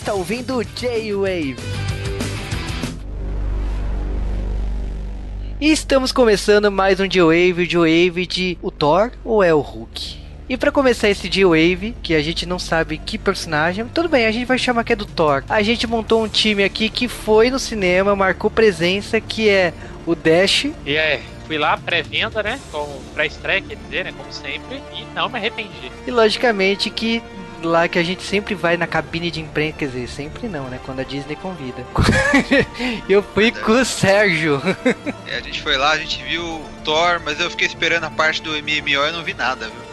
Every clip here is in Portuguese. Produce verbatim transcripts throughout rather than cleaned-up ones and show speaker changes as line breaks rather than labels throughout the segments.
está ouvindo o J-Wave. E estamos começando mais um J-Wave, o J-Wave de o Thor ou é o Hulk? E pra começar esse J-Wave, que a gente não sabe que personagem, tudo bem, a gente vai chamar que é do Thor. A gente montou um time aqui que foi no cinema, marcou presença, que é o Dash.
E aí, fui lá pré-venda, né, com pré-estreia, quer dizer, né, como sempre, e não me arrependi.
E logicamente que lá que a gente sempre vai na cabine de imprensa, quer dizer, sempre não, né, quando a Disney convida. Eu fui com o Sérgio.
É, a gente foi lá, a gente viu o Thor, mas eu fiquei esperando a parte do M M O e não vi nada, viu?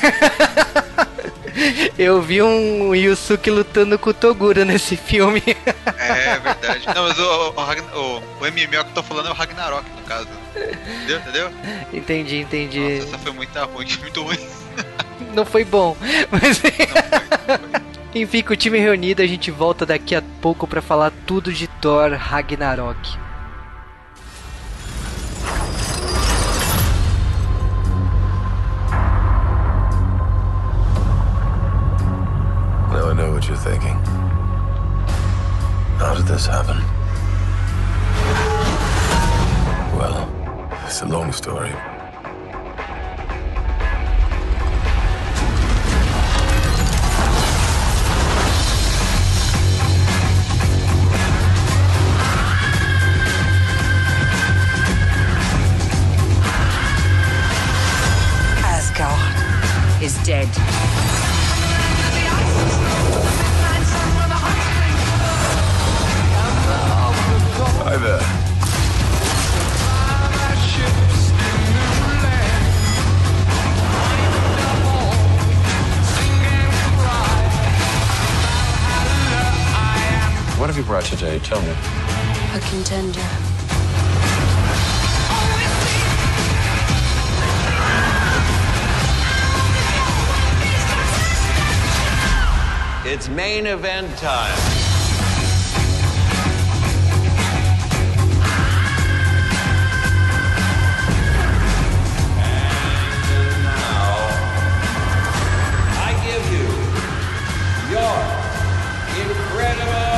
Eu vi um Yusuke lutando com o Toguro nesse filme.
É verdade. Não, mas o, o, o, o M M O que eu tô falando é o Ragnarok, no caso. Entendeu? Entendeu?
Entendi, entendi.
Nossa, essa foi muito ruim, muito ruim.
Não foi bom, mas...
Não foi, não foi.
Enfim, com o time reunido, a gente volta daqui a pouco pra falar tudo de Thor Ragnarok.
Now I know what you're thinking. How did this happen? Well, it's a long story.
Asgard is dead.
Hi there. What have you brought today? Tell me.
A contender.
It's main event time. And now, I give you your incredible...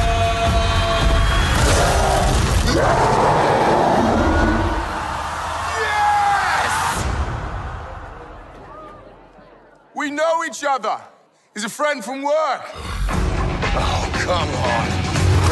Yes! We know each other. He's a friend from work. Oh, come on.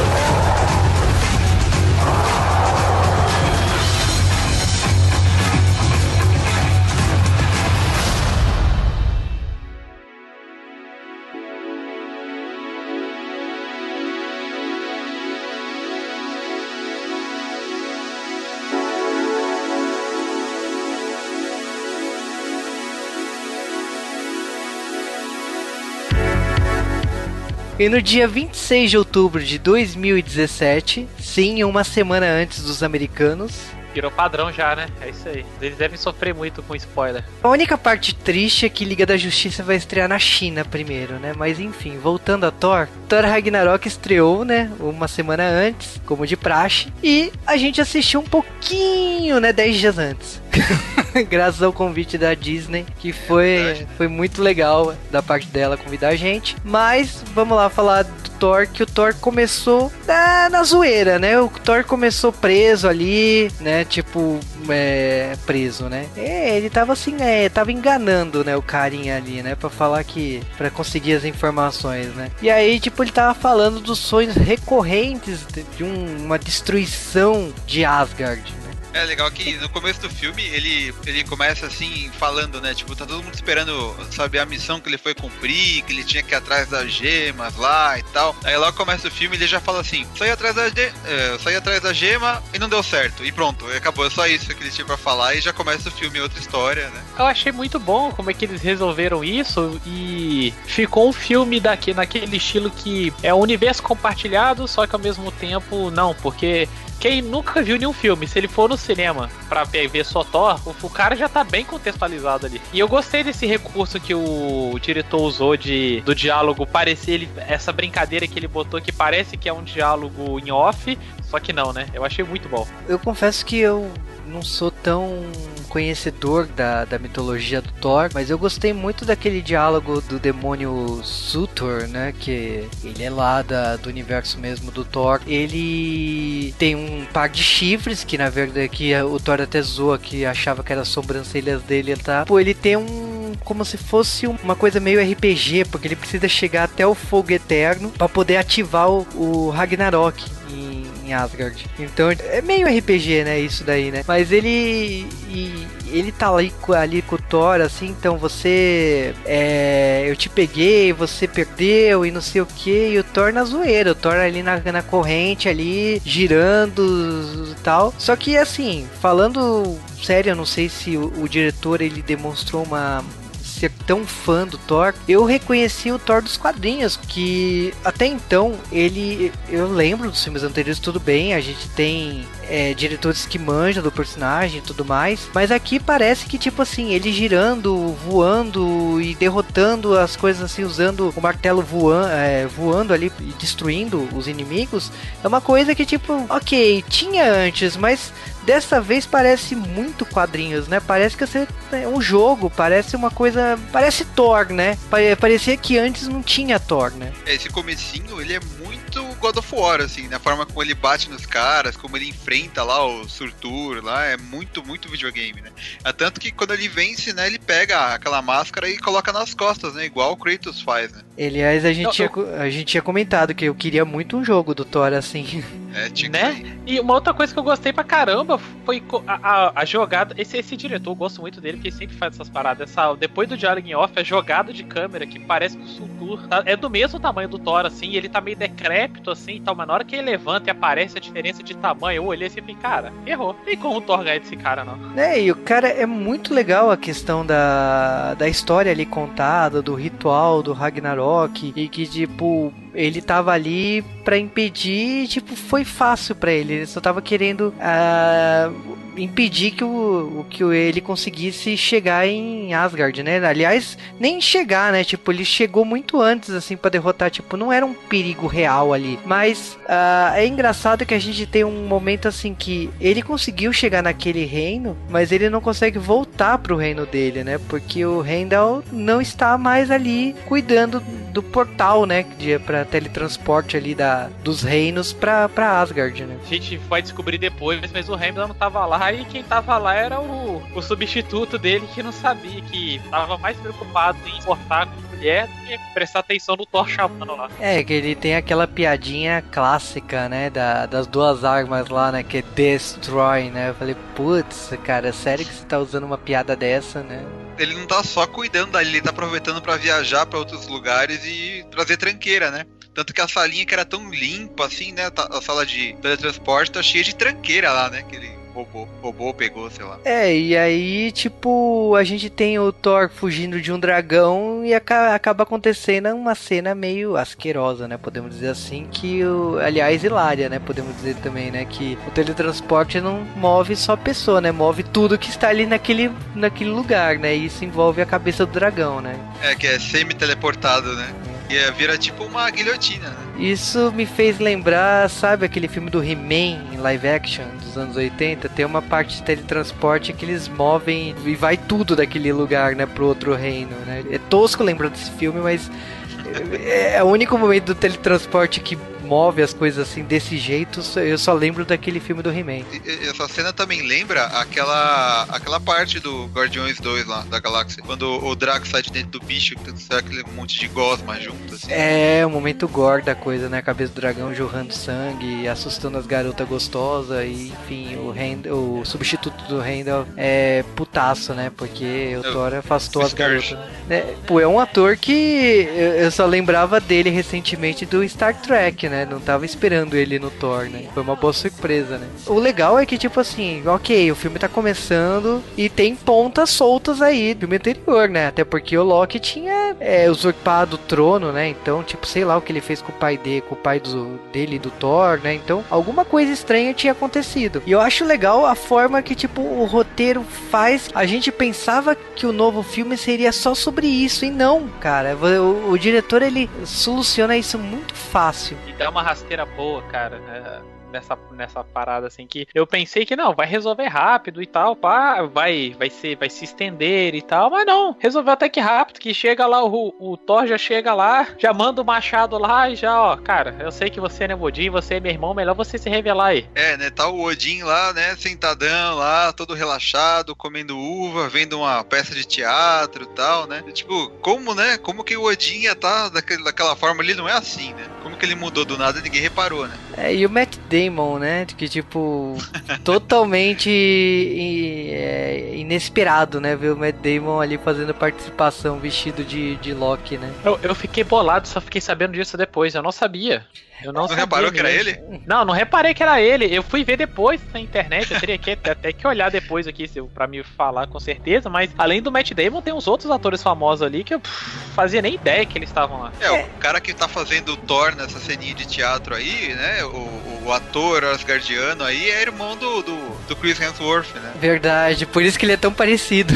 E no dia vinte e seis de outubro de dois mil e dezessete, sim, uma semana antes dos americanos...
Virou padrão já, né? É isso aí. Eles devem sofrer muito com spoiler.
A única parte triste é que Liga da Justiça vai estrear na China primeiro, né? Mas enfim, voltando a Thor, Thor Ragnarok estreou, né? Uma semana antes, como de praxe. E a gente assistiu um pouquinho, né? Dez dias antes. Graças ao convite da Disney, que foi, é foi muito legal da parte dela convidar a gente. Mas vamos lá falar do Thor, que o Thor começou na, na zoeira, né? O Thor começou preso ali, né? Tipo, é, preso, né? É, ele tava assim, é, tava enganando, né? O carinha ali, né? Pra falar que... Pra conseguir as informações, né? E aí, tipo, ele tava falando dos sonhos recorrentes de, de um, uma destruição de Asgard.
É legal que no começo do filme ele, ele começa assim falando, né? Tipo, tá todo mundo esperando saber a missão que ele foi cumprir, que ele tinha que ir atrás das gemas lá e tal. Aí logo começa o filme e ele já fala assim: saí atrás da, ge é, saí atrás da gema e não deu certo. E pronto, acabou, é só isso que ele tinha pra falar e já começa o filme, outra história, né?
Eu achei muito bom como é que eles resolveram isso e ficou um filme daqui, naquele estilo que é um universo compartilhado, só que ao mesmo tempo não, porque quem nunca viu nenhum filme, se ele for no cinema pra ver só Thor, o, o cara já tá bem contextualizado ali. E eu gostei desse recurso que o, o diretor usou de, do diálogo parecer, ele, essa brincadeira que ele botou que parece que é um diálogo em off, só que não, né? Eu achei muito bom.
Eu confesso que eu não sou tão conhecedor da, da mitologia do Thor, mas eu gostei muito daquele diálogo do demônio Surtur, né, que ele é lá da, do universo mesmo do Thor. Ele tem um par de chifres, que na verdade que o Thor até zoa, que achava que eram as sobrancelhas dele, tá? Pô, ele tem um, como se fosse uma coisa meio R P G, porque ele precisa chegar até o fogo eterno para poder ativar o, o Ragnarok em, em Asgard. Então é meio R P G, né, isso daí, né? Mas ele e, ele tá ali, ali com o Thor, assim, então você é, eu te peguei, você perdeu e não sei o que, e o Thor na zoeira, o Thor ali na, na corrente ali, girando e tal. Só que assim, falando sério, eu não sei se o, o diretor ele demonstrou uma ser tão fã do Thor, eu reconheci o Thor dos quadrinhos, que até então ele, eu lembro dos filmes anteriores, tudo bem, a gente tem é, diretores que manjam do personagem e tudo mais, mas aqui parece que tipo assim, ele girando, voando e derrotando as coisas assim, usando o martelo voando, é, voando ali e destruindo os inimigos, é uma coisa que tipo, ok, tinha antes, mas dessa vez parece muito quadrinhos, né? Parece que é um jogo, parece uma coisa... Parece Thor, né? Parecia que antes não tinha Thor, né?
Esse comecinho, ele é muito God of War, assim, na forma como ele bate nos caras, como ele enfrenta lá o Surtur, lá, é muito, muito videogame, né? É tanto que quando ele vence, né, ele pega aquela máscara e coloca nas costas, né? Igual o Kratos faz, né?
Aliás, a gente,
Não,
tinha,
eu...
a gente tinha comentado que eu queria muito um jogo do Thor, assim.
É, tinha
né?
que...
E uma outra coisa que eu gostei pra caramba foi a, a, a jogada. Esse, esse diretor, eu gosto muito dele, porque ele sempre faz essas paradas. Essa, depois do diálogo em off, a jogada de câmera que parece que o Surtur tá, é do mesmo tamanho do Thor, assim, e ele tá meio decrépito, assim e tal. Mas na hora que ele levanta e aparece a diferença de tamanho, eu olhei assim e falei, cara, errou. Não tem como o Thor ganhar desse cara, não.
É, e o cara é muito legal a questão da, da história ali contada, do ritual do Ragnarok, e que, tipo, ele tava ali pra impedir, tipo, foi fácil pra ele, ele só tava querendo uh, impedir que, o, que ele conseguisse chegar em Asgard, né? Aliás, nem chegar, né? Tipo, ele chegou muito antes, assim, pra derrotar, tipo, não era um perigo real ali, mas uh, é engraçado que a gente tem um momento, assim, que ele conseguiu chegar naquele reino, mas ele não consegue voltar pro reino dele, né? Porque o Heimdall não está mais ali cuidando do portal, né? De, pra teletransporte ali da, dos reinos pra, pra Asgard, né?
A gente vai descobrir depois, mas o Heimdall não tava lá e quem tava lá era o, o substituto dele que não sabia, que tava mais preocupado em importar com mulher do que prestar atenção no Thor chamando lá.
É, que ele tem aquela piadinha clássica, né? Da, das duas armas lá, né? Que é Destroy, né? Eu falei, putz, cara, é sério que você tá usando uma piada dessa, né?
Ele não tá só cuidando dali, ele tá aproveitando pra viajar pra outros lugares e trazer tranqueira, né? Tanto que a salinha que era tão limpa assim, né? A sala de teletransporte tá cheia de tranqueira lá, né? Que ele roubou, roubou, pegou, sei lá.
É, e aí, tipo, a gente tem o Thor fugindo de um dragão e aca- acaba acontecendo uma cena meio asquerosa, né? Podemos dizer assim, que o... aliás, hilária, né? Podemos dizer também, né? Que o teletransporte não move só a pessoa, né? Move tudo que está ali naquele, naquele lugar, né? E isso envolve a cabeça do dragão, né?
É, que é semi-teleportado, né? E vira tipo uma guilhotina, né?
Isso me fez lembrar, sabe, aquele filme do He-Man em live action dos anos oitenta? Tem uma parte de teletransporte que eles movem e vai tudo daquele lugar, né, pro outro reino, né? É tosco lembrar desse filme, mas é o único momento do teletransporte que move as coisas assim desse jeito. Eu só lembro daquele filme do He-Man.
Essa cena também lembra aquela aquela parte do Guardiões dois lá, da galáxia, quando o Drax sai de dentro do bicho, que sai aquele monte de gosma junto, assim.
É, o momento gore da coisa, né? A cabeça do dragão jorrando sangue, assustando as garotas gostosas, e enfim, o, Hand, o substituto do Heimdall é putaço, né? Porque o Thor afastou as garotas. É, pô, é um ator que eu só lembrava dele recentemente do Star Trek, né? Não tava esperando ele no Thor, né? Foi uma boa surpresa, né? O legal é que, tipo assim, ok, o filme tá começando e tem pontas soltas aí do filme anterior, né? Até porque o Loki tinha é, usurpado o trono, né? Então, tipo, sei lá o que ele fez com o pai dele, com o pai do, dele, do Thor, né? Então, alguma coisa estranha tinha acontecido. E eu acho legal a forma que, tipo, o roteiro faz. A gente pensava que o novo filme seria só sobre isso, e não, cara. O, o diretor, ele soluciona isso muito fácil.
E dá uma rasteira boa, cara. É... nessa, nessa parada, assim, que eu pensei que não, vai resolver rápido e tal, pá, vai, vai, ser, vai se estender e tal, mas não, resolveu até que rápido, que chega lá, o, o Thor já chega lá, já manda o machado lá e já, ó, cara, eu sei que você não é Odin, você é meu irmão, melhor você se revelar aí.
É, né, tá o Odin lá, né, sentadão lá, todo relaxado, comendo uva, vendo uma peça de teatro e tal, né, e, tipo, como, né, como que o Odin ia tá daquele, daquela forma ali, não é assim, né, como que ele mudou do nada e ninguém reparou, né.
É, e o Matt Damon, né, que, tipo, totalmente i- é, inesperado, né, ver o Matt Damon ali fazendo participação vestido de, de Loki, né.
Eu, eu fiquei bolado, só fiquei sabendo disso depois, eu não sabia. Eu não,
Não
sabia
reparou que era
mesmo.
ele?
Não, não reparei que era ele. Eu fui ver depois na internet. Eu teria que, até que olhar depois aqui se eu- pra me falar com certeza. Mas além do Matt Damon, tem uns outros atores famosos ali que eu pff, fazia nem ideia que eles estavam lá.
É, o cara que tá fazendo o Thor nessa ceninha de teatro aí, né, o, o ator asgardiano aí é irmão do, do, do Chris Hemsworth, né.
Verdade, por isso que ele é tão parecido.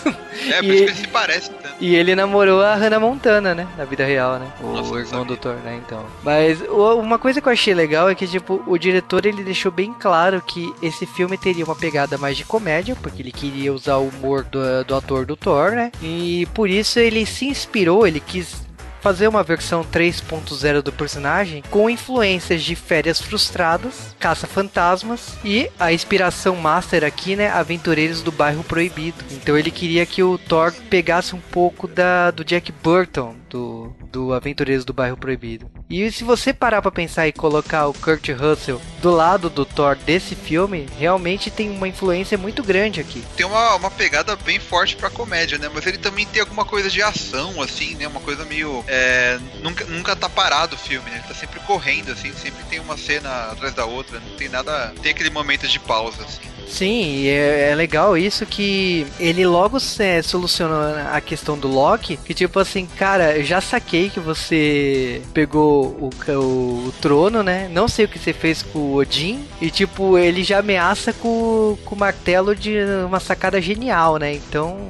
É, por
E-
isso que ele se parece tanto.
E ele namorou a Hannah Montana, né? Na vida real, né? O
Nossa, não
irmão
sabia.
do Thor, né? Então. Mas o- uma coisa que eu achei legal é que, tipo, o diretor ele deixou bem claro que esse filme teria uma pegada mais de comédia, porque ele queria usar o humor do, do ator do Thor, né? E por isso ele se inspirou, ele quis fazer uma versão três ponto zero do personagem com influências de Férias Frustradas, Caça-Fantasmas e a inspiração master aqui, né, Aventureiros do Bairro Proibido. Então ele queria que o Thor pegasse um pouco da, do Jack Burton, do, do Aventureiros do Bairro Proibido. E se você parar pra pensar e colocar o Kurt Russell do lado do Thor desse filme, realmente tem uma influência muito grande aqui.
Tem uma, uma pegada bem forte pra comédia, né, mas ele também tem alguma coisa de ação, assim, né, uma coisa meio... É, nunca, nunca tá parado o filme, né, ele tá sempre correndo, assim, sempre tem uma cena atrás da outra, não tem nada... Tem aquele momento de pausa, assim.
Sim, e é, é legal isso que ele logo é, solucionou a questão do Loki, que tipo assim, cara, eu já saquei que você pegou o, o, o trono, né? Não sei o que você fez com o Odin, e tipo, ele já ameaça com, com o martelo de uma sacada genial, né? Então,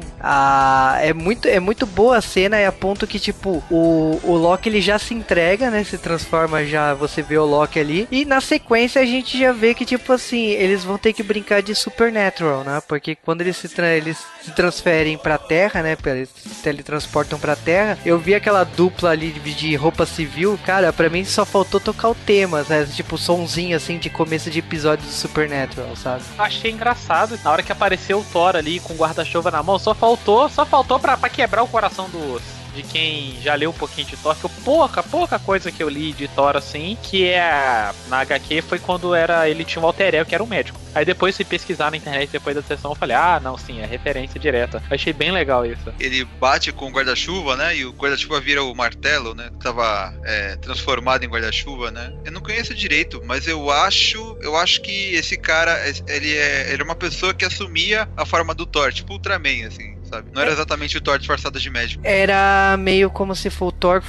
a, é, muito, é muito boa a cena, é a ponto que tipo, o, o Loki ele já se entrega, né? Se transforma já, você vê o Loki ali, e na sequência a gente já vê que tipo assim, eles vão ter que brincar de Supernatural, né? Porque quando eles se, tra- eles se transferem pra Terra, né? Eles se teletransportam pra Terra. Eu vi aquela dupla ali de, de roupa civil. Cara, pra mim só faltou tocar o tema, né? Tipo, sonzinho assim de começo de episódio de Supernatural, sabe?
Achei engraçado. Na hora que apareceu o Thor ali com o guarda-chuva na mão, só faltou, só faltou pra, pra quebrar o coração dos... de quem já leu um pouquinho de Thor, que eu, pouca, pouca coisa que eu li de Thor assim, que é na agá quê foi quando era, ele tinha um alter ego que era um médico. Aí depois fui pesquisar na internet depois da sessão, eu falei, ah, não, sim, é referência direta. Achei bem legal isso.
Ele bate com o guarda-chuva, né? E o guarda-chuva vira o martelo, né? Que tava é, transformado em guarda-chuva, né? Eu não conheço direito, mas eu acho, eu acho que esse cara, ele é, ele é uma pessoa que assumia a forma do Thor, tipo Ultraman, assim, sabe? Não era exatamente o Thor disfarçado de médico.
Era meio como se o Thor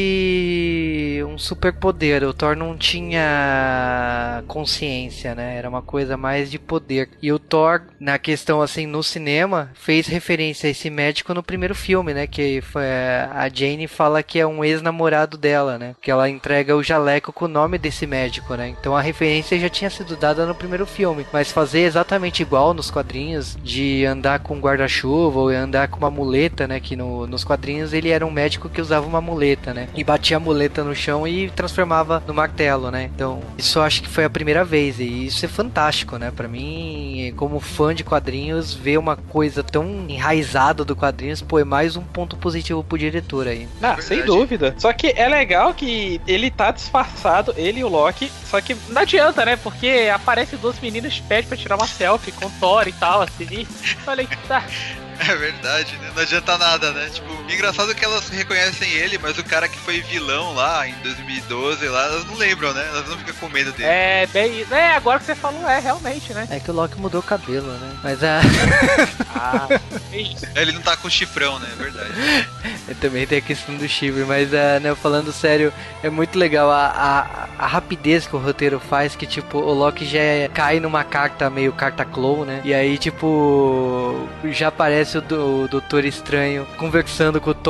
fosse um superpoder. O Thor não tinha consciência, né? Era uma coisa mais de poder. E o Thor, na questão assim, no cinema, fez referência a esse médico no primeiro filme, né? Que foi a Jane fala que é um ex-namorado dela, né? Que ela entrega o jaleco com o nome desse médico, né? Então a referência já tinha sido dada no primeiro filme. Mas fazer exatamente igual nos quadrinhos, de andar com guarda-chuva ou andar com uma muleta, né? Que no, nos quadrinhos ele era um médico que usava uma muleta, né? E batia a muleta no chão e transformava no martelo, né? Então, isso eu acho que foi a primeira vez. E isso é fantástico, né? Pra mim, como fã de quadrinhos, ver uma coisa tão enraizada do quadrinhos, pô, é mais um ponto positivo pro diretor aí.
Ah,
Verdade.
sem dúvida. Só que é legal que ele tá disfarçado, ele e o Loki, só que não adianta, né? Porque aparece duas meninas e pede pra tirar uma selfie com Thor e tal, assim. Falei, tá...
É verdade, né? Não adianta nada, né? Tipo, engraçado que elas reconhecem ele, mas o cara que foi vilão lá em dois mil e doze, lá, elas não lembram, né? Elas não ficam com medo dele.
É, bem... É, agora que você falou, é, realmente, né?
É que o Loki mudou o cabelo, né? Mas a...
Ah, é isso.
Ele não tá com chifrão, né? É verdade.
também tem a questão do chifre, mas uh, né, falando sério, é muito legal a, a, a rapidez que o roteiro faz, que tipo, o Loki já é, cai numa carta meio carta clone, né? E aí, tipo, já aparece o, do, o Doutor Estranho conversando com o Thor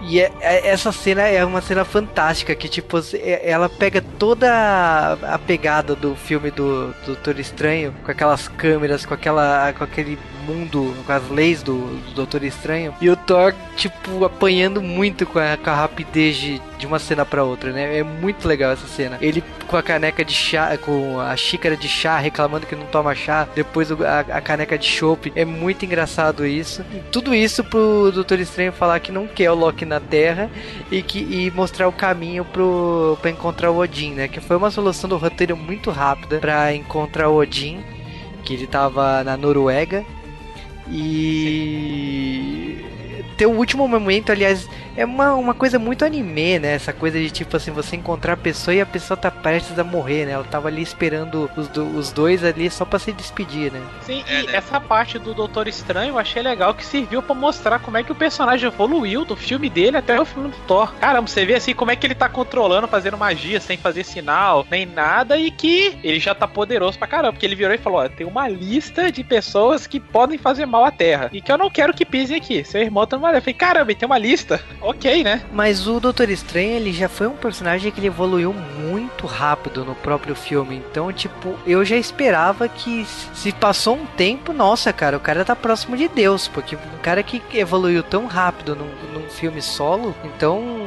E é, é, essa cena é uma cena fantástica, que tipo, ela pega toda a, a pegada do filme do Doutor Estranho, com aquelas câmeras, com aquela com aquele mundo, com as leis do, do Doutor Estranho, e o Thor, tipo, apanhando muito com a, com a rapidez de, de uma cena pra outra, né? É muito legal essa cena. Ele com a caneca de chá, com a xícara de chá, reclamando que não toma chá, depois a, a caneca de chopp. É muito engraçado isso. E tudo isso pro Doutor Estranho falar que não quer o Loki na Terra e, que, e mostrar o caminho pro, pra encontrar o Odin, né? Que foi uma solução do roteiro muito rápida pra encontrar o Odin, que ele tava na Noruega. E ter o último momento, aliás, é uma, uma coisa muito anime, né? Essa coisa de tipo assim, você encontrar a pessoa e a pessoa tá prestes a morrer, né? Ela tava ali esperando os, do, os dois ali só pra se despedir, né?
Sim,
é,
e
né?
essa parte do Doutor Estranho eu achei legal, que serviu pra mostrar como é que o personagem evoluiu do filme dele até o filme do Thor. Caramba, você vê assim como é que ele tá controlando, fazendo magia sem fazer sinal, nem nada, e que ele já tá poderoso pra caramba, porque ele virou e falou, ó, tem uma lista de pessoas que podem fazer mal à Terra, e que eu não quero que pisem aqui. Seu irmão tá numa lista. Eu falei, caramba, e tem uma lista. Ok, né?
Mas o Doutor Estranho, ele já foi um personagem que ele evoluiu muito rápido no próprio filme. Então, tipo, eu já esperava que se passou um tempo, nossa, cara, o cara tá próximo de Deus. Porque um cara que evoluiu tão rápido num, num filme solo, então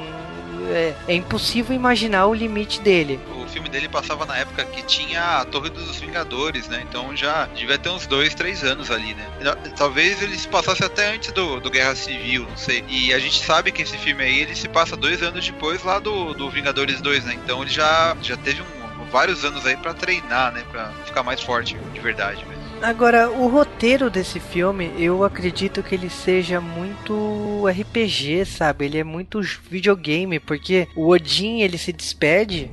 é, é impossível imaginar o limite dele.
O filme dele passava na época que tinha a Torre dos Vingadores, né? Então já devia ter uns dois, três anos ali, né? Talvez ele se passasse até antes do, do Guerra Civil, não sei. E a gente sabe que esse filme aí, ele se passa dois anos depois lá do, do Vingadores dois, né? Então ele já, já teve um, vários anos aí pra treinar, né? Pra ficar mais forte, de verdade mesmo.
Agora, o roteiro desse filme, eu acredito que ele seja muito R P G, sabe? Ele é muito videogame, porque o Odin, ele se despede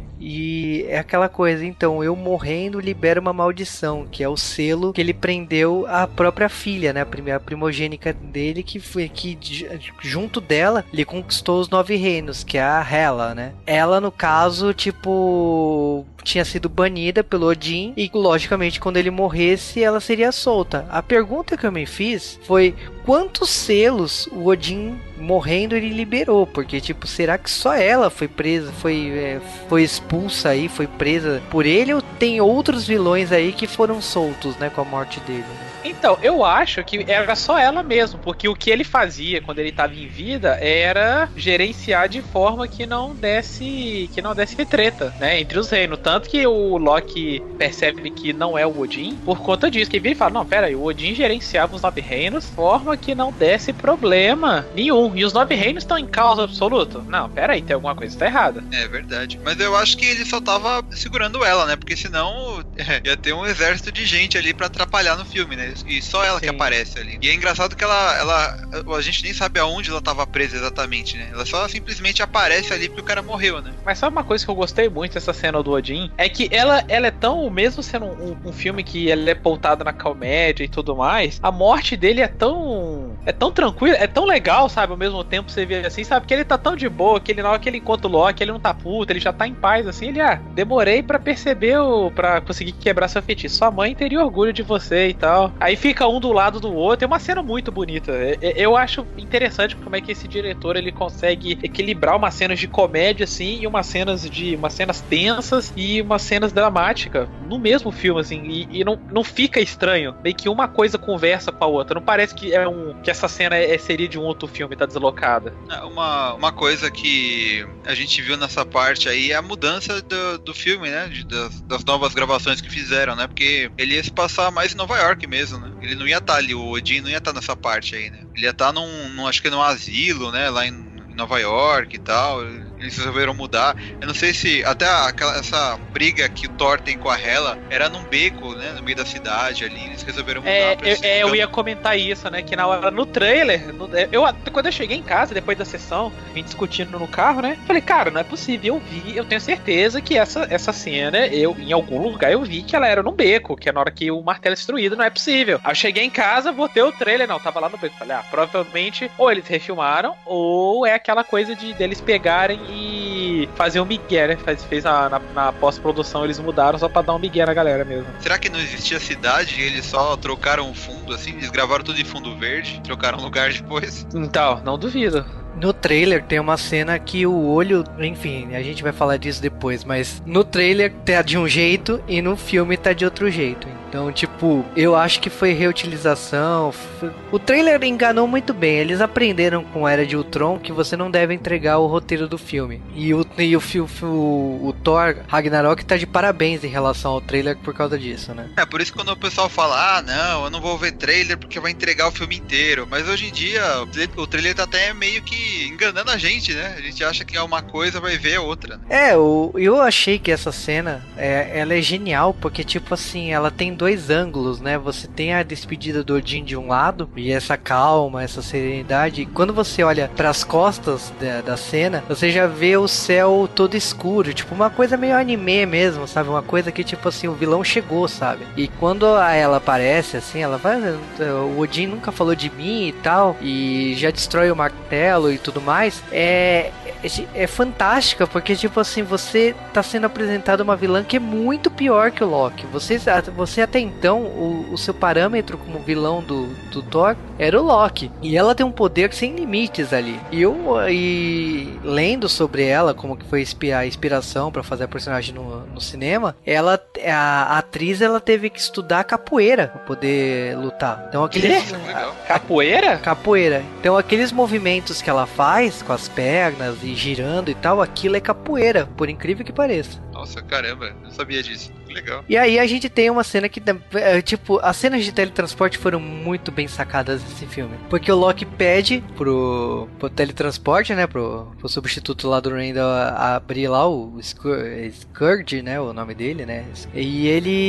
e é aquela coisa, então, eu morrendo libero uma maldição, que é o selo que ele prendeu a própria filha, né? A primeira primogênica dele, que foi que junto dela, ele conquistou os nove reinos, que é a Hela, né? Ela, no caso, tipo, tinha sido banida pelo Odin e, logicamente, quando ele morresse, ela seria solta. A pergunta que eu me fiz foi quantos selos o Odin morrendo ele liberou, porque tipo, será que só ela foi presa, foi, é, foi expulsa aí, foi presa por ele, ou tem outros vilões aí que foram soltos, né, com a morte dele?
Então, eu acho que era só ela mesmo, porque o que ele fazia quando ele estava em vida era gerenciar de forma que não desse que não desse treta, né, entre os reinos. Tanto que o Loki percebe que não é o Odin por conta disso, que ele vira e fala, não, pera aí, o Odin gerenciava os nove reinos de forma que não desse problema nenhum. E os nove reinos estão em causa absoluta? Não, pera aí, tem alguma coisa que tá errada.
É verdade. Mas eu acho que ele só tava segurando ela, né, porque senão é, ia ter um exército de gente ali pra atrapalhar no filme, né. E só ela Sim. que aparece ali. E é engraçado que ela, ela. A gente nem sabe aonde ela tava presa exatamente, né? Ela só simplesmente aparece ali porque o cara morreu, né?
Mas sabe uma coisa que eu gostei muito dessa cena do Odin? É que ela, ela é tão. Mesmo sendo um, um filme que ela é pautada na comédia e tudo mais, a morte dele é tão. É tão tranquila, é tão legal, sabe? Ao mesmo tempo você vê assim, sabe? Que ele tá tão de boa que ele, na hora que ele encontra o Loki, ele não tá puto, ele já tá em paz, assim. Ele, ah, demorei pra perceber, o, pra conseguir quebrar seu feitiço. Sua mãe teria orgulho de você e tal. Aí fica um do lado do outro, é uma cena muito bonita. Eu acho interessante como é que esse diretor ele consegue equilibrar umas cenas de comédia assim e umas cenas de umas cenas tensas e umas cenas dramáticas no mesmo filme assim, e, e não, não fica estranho, meio que uma coisa conversa com a outra, não parece que é um que essa cena é, seria de um outro filme, tá deslocada.
Uma, uma coisa que a gente viu nessa parte aí é a mudança do, do filme, né, de, das, das novas gravações que fizeram, né, porque ele ia se passar mais em Nova York mesmo, né, ele não ia estar ali, o Odin não ia estar nessa parte aí, né? Ele ia estar num, num acho que num asilo, né? Lá em, em Nova York e tal. Eles resolveram mudar. Eu não sei se até aquela, essa briga que o Thor tem com a Hela era num beco, né? No meio da cidade ali. Eles resolveram mudar.
É,
pra
eu,
esse
é eu ia comentar isso, né? Que na hora, no trailer, no, eu, quando eu cheguei em casa, depois da sessão, a gente discutindo no carro, né? Falei, cara, não é possível. Eu vi, eu tenho certeza que essa, essa cena, eu, em algum lugar, eu vi que ela era num beco, que é na hora que o martelo é destruído, não é possível. Aí eu cheguei em casa, botei o trailer, não, tava lá no beco. Falei, ah, provavelmente ou eles refilmaram, ou é aquela coisa de deles pegarem e fazer um migué, né? Fez, fez na, na, na pós-produção, eles mudaram só pra dar um migué na galera mesmo.
Será que não existia cidade e eles só trocaram o fundo, assim? Eles gravaram tudo em fundo verde, trocaram lugar depois?
Então, não duvido.
No trailer tem uma cena que o olho, enfim, a gente vai falar disso depois, mas no trailer tá de um jeito e no filme tá de outro jeito. Então, tipo, eu acho que foi reutilização. O trailer enganou muito bem. Eles aprenderam com a Era de Ultron que você não deve entregar o roteiro do filme. E o, e o, o, o Thor Ragnarok tá de parabéns em relação ao trailer por causa disso, né?
É, por isso que quando o pessoal fala, ah, não, eu não vou ver trailer porque vai entregar o filme inteiro. Mas hoje em dia, o trailer tá até meio que enganando a gente, né? A gente acha que é uma coisa, vai ver outra. Né?
É, eu, eu achei que essa cena, é, ela é genial, porque, tipo assim, ela tem dois ângulos, né? Você tem a despedida do Odin de um lado, e essa calma, essa serenidade. E quando você olha pras costas da, da cena, você já vê o céu todo escuro, tipo uma coisa meio anime mesmo, sabe? Uma coisa que, tipo assim, o vilão chegou, sabe? E quando a ela aparece, assim, ela vai... O Odin nunca falou de mim e tal, e já destrói o martelo e tudo mais. É... É fantástica, porque, tipo assim, você tá sendo apresentado uma vilã que é muito pior que o Loki. Você, você até então, o, o seu parâmetro como vilão do, do Thor era o Loki. E ela tem um poder sem limites ali. E eu, e, lendo sobre ela, como que foi a inspiração pra fazer a personagem no, no cinema, ela, a, a atriz, ela teve que estudar capoeira pra poder lutar. Então, aqueles...
Capoeira?
Capoeira. Então, aqueles movimentos que ela faz com as pernas e girando e tal, aquilo é capoeira, por incrível que pareça.
Nossa, caramba, não sabia disso. Legal.
E aí a gente tem uma cena que, é, tipo, as cenas de teletransporte foram muito bem sacadas nesse filme. Porque o Loki pede pro, pro teletransporte, né, pro, pro substituto lá do Randall abrir lá o Scourge, né, o nome dele, né. E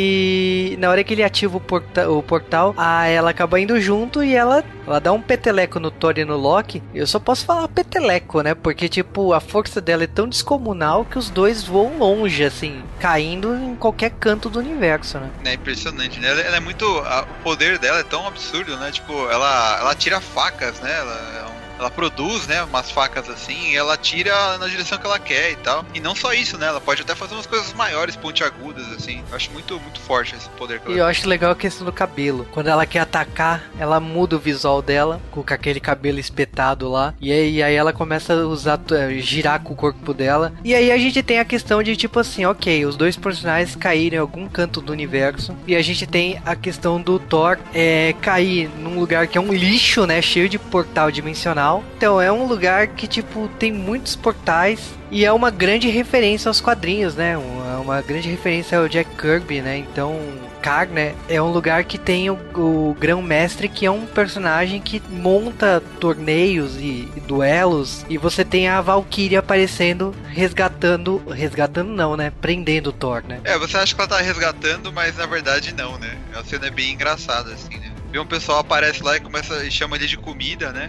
ele, na hora que ele ativa o, porta, o portal, a, ela acaba indo junto e ela, ela dá um peteleco no Thor e no Loki. Eu só posso falar peteleco, né, porque, tipo, a força dela é tão descomunal que os dois voam longe, assim, caindo em qualquer canto do universo, né?
É impressionante, né? Ela, ela é muito... A, o poder dela é tão absurdo, né? Tipo, ela, ela tira facas, né? Ela é um... Ela produz, né, umas facas assim, e ela tira na direção que ela quer e tal. E não só isso, né, ela pode até fazer umas coisas maiores, pontiagudas, assim. Eu acho muito, muito forte esse poder que ela
E eu acho legal a questão do cabelo. Quando ela quer atacar, ela muda o visual dela, com aquele cabelo espetado lá. E aí, aí ela começa a usar, girar com o corpo dela. E aí a gente tem a questão de, tipo assim, ok, os dois personagens caíram em algum canto do universo. E a gente tem a questão do Thor é, cair num lugar que é um lixo, né, cheio de portal dimensional. Então é um lugar que, tipo, tem muitos portais e é uma grande referência aos quadrinhos, né? Uma, uma grande referência ao Jack Kirby, né? Então, Kar, né? É um lugar que tem o, o Grão-Mestre, que é um personagem que monta torneios e, e duelos. E você tem a Valkyrie aparecendo, resgatando... Resgatando não, né? Prendendo o Thor, né?
É, você acha que ela tá resgatando, mas na verdade não, né? A cena é bem engraçada, assim, né? E um pessoal aparece lá e começa e chama ele de comida, né?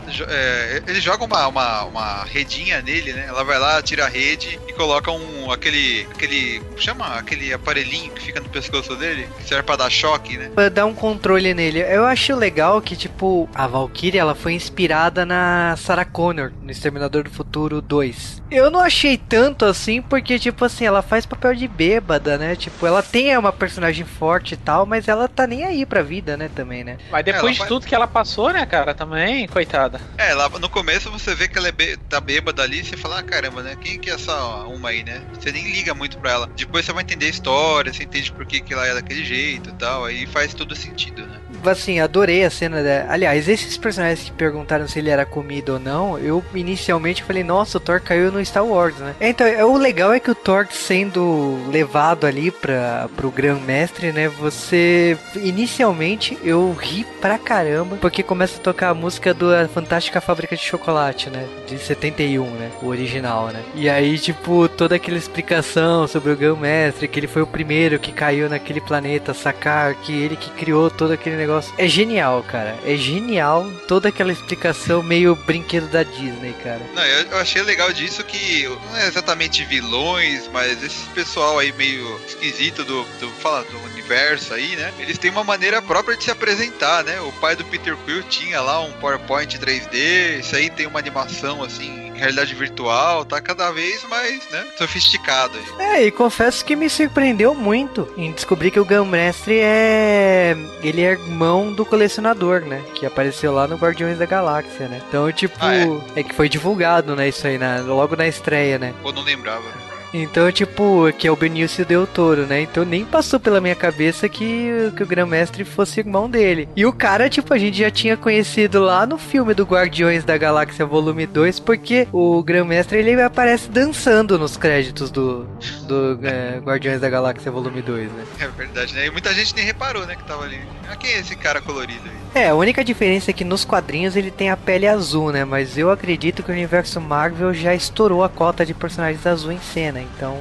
É, ele joga uma, uma, uma redinha nele, né? Ela vai lá, tira a rede e coloca um aquele aquele chama aquele aparelhinho que fica no pescoço dele, que serve pra dar choque, né?
Pra dar um controle nele. Eu acho legal que, tipo, a Valkyrie, ela foi inspirada na Sarah Connor, no Exterminador do Futuro dois. Eu não achei tanto assim, porque, tipo assim, ela faz papel de bêbada, né? Tipo, ela tem uma personagem forte e tal, mas ela tá nem aí pra vida, né, também. Né?
Mas depois
é,
de
faz...
tudo que ela passou, né, cara, também, coitada.
É, lá no começo você vê que ela é be... tá bêbada ali e você fala, ah, caramba, né, quem que é essa uma aí, né? Você nem liga muito pra ela. Depois você vai entender a história, você entende por que, que ela é daquele jeito e tal, aí faz todo sentido, né?
Assim, adorei a cena da... Aliás, esses personagens que perguntaram se ele era comida ou não, eu inicialmente falei, nossa, o Thor caiu no Star Wars, né? Então, o legal é que o Thor sendo levado ali pra, pro Grão-Mestre, né? Você... Inicialmente, eu ri pra caramba, porque começa a tocar a música da Fantástica Fábrica de Chocolate, né? De setenta e um, né? O original, né? E aí, tipo, toda aquela explicação sobre o Grão-Mestre, que ele foi o primeiro que caiu naquele planeta, Sakaar, que ele que criou todo aquele negócio. É genial, cara. É genial toda aquela explicação meio brinquedo da Disney, cara.
Não, eu, eu achei legal disso que não é exatamente vilões, mas esse pessoal aí meio esquisito do, do, fala, do universo aí, né? Eles têm uma maneira própria de se apresentar, né? O pai do Peter Quill tinha lá um PowerPoint três D, isso aí tem uma animação assim realidade virtual, tá cada vez mais, né, sofisticado aí.
É, e confesso que me surpreendeu muito em descobrir que o Grão-Mestre é... ele é irmão do colecionador, né, que apareceu lá no Guardiões da Galáxia, né. Então, tipo,
ah, é?
é que foi divulgado, né, isso aí, na... logo na estreia, né.
Pô, não lembrava.
Então, tipo, que é o Benício Del Toro, né? Então nem passou pela minha cabeça que, que o Grão-Mestre fosse irmão dele. E o cara, tipo, a gente já tinha conhecido lá no filme do Guardiões da Galáxia Volume dois, porque o Grão-Mestre, ele aparece dançando nos créditos do, do é, Guardiões da Galáxia Volume dois, né?
É verdade, né? E muita gente nem reparou, né, que tava ali. Ah, quem é esse cara colorido aí?
É, a única diferença é que nos quadrinhos ele tem a pele azul, né? Mas eu acredito que o universo Marvel já estourou a cota de personagens azul em cena. Então.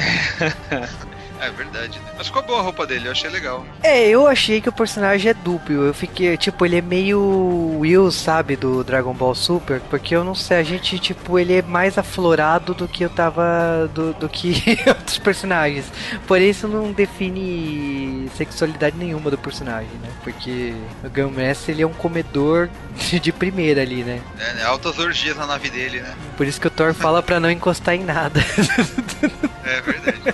É verdade, né? Mas ficou boa a roupa dele, eu achei legal.
É, eu achei que o personagem é dúbio. Eu fiquei, tipo, ele é meio Will, sabe, do Dragon Ball Super. Porque eu não sei, a gente, tipo, ele é mais aflorado do que eu tava. do, do que outros personagens. Porém, isso não define sexualidade nenhuma do personagem, né? Porque o Grão-Mestre, ele é um comedor de primeira ali, né?
É, né? Altas orgias na nave dele, né?
Por isso que o Thor fala pra não encostar em nada.
É verdade.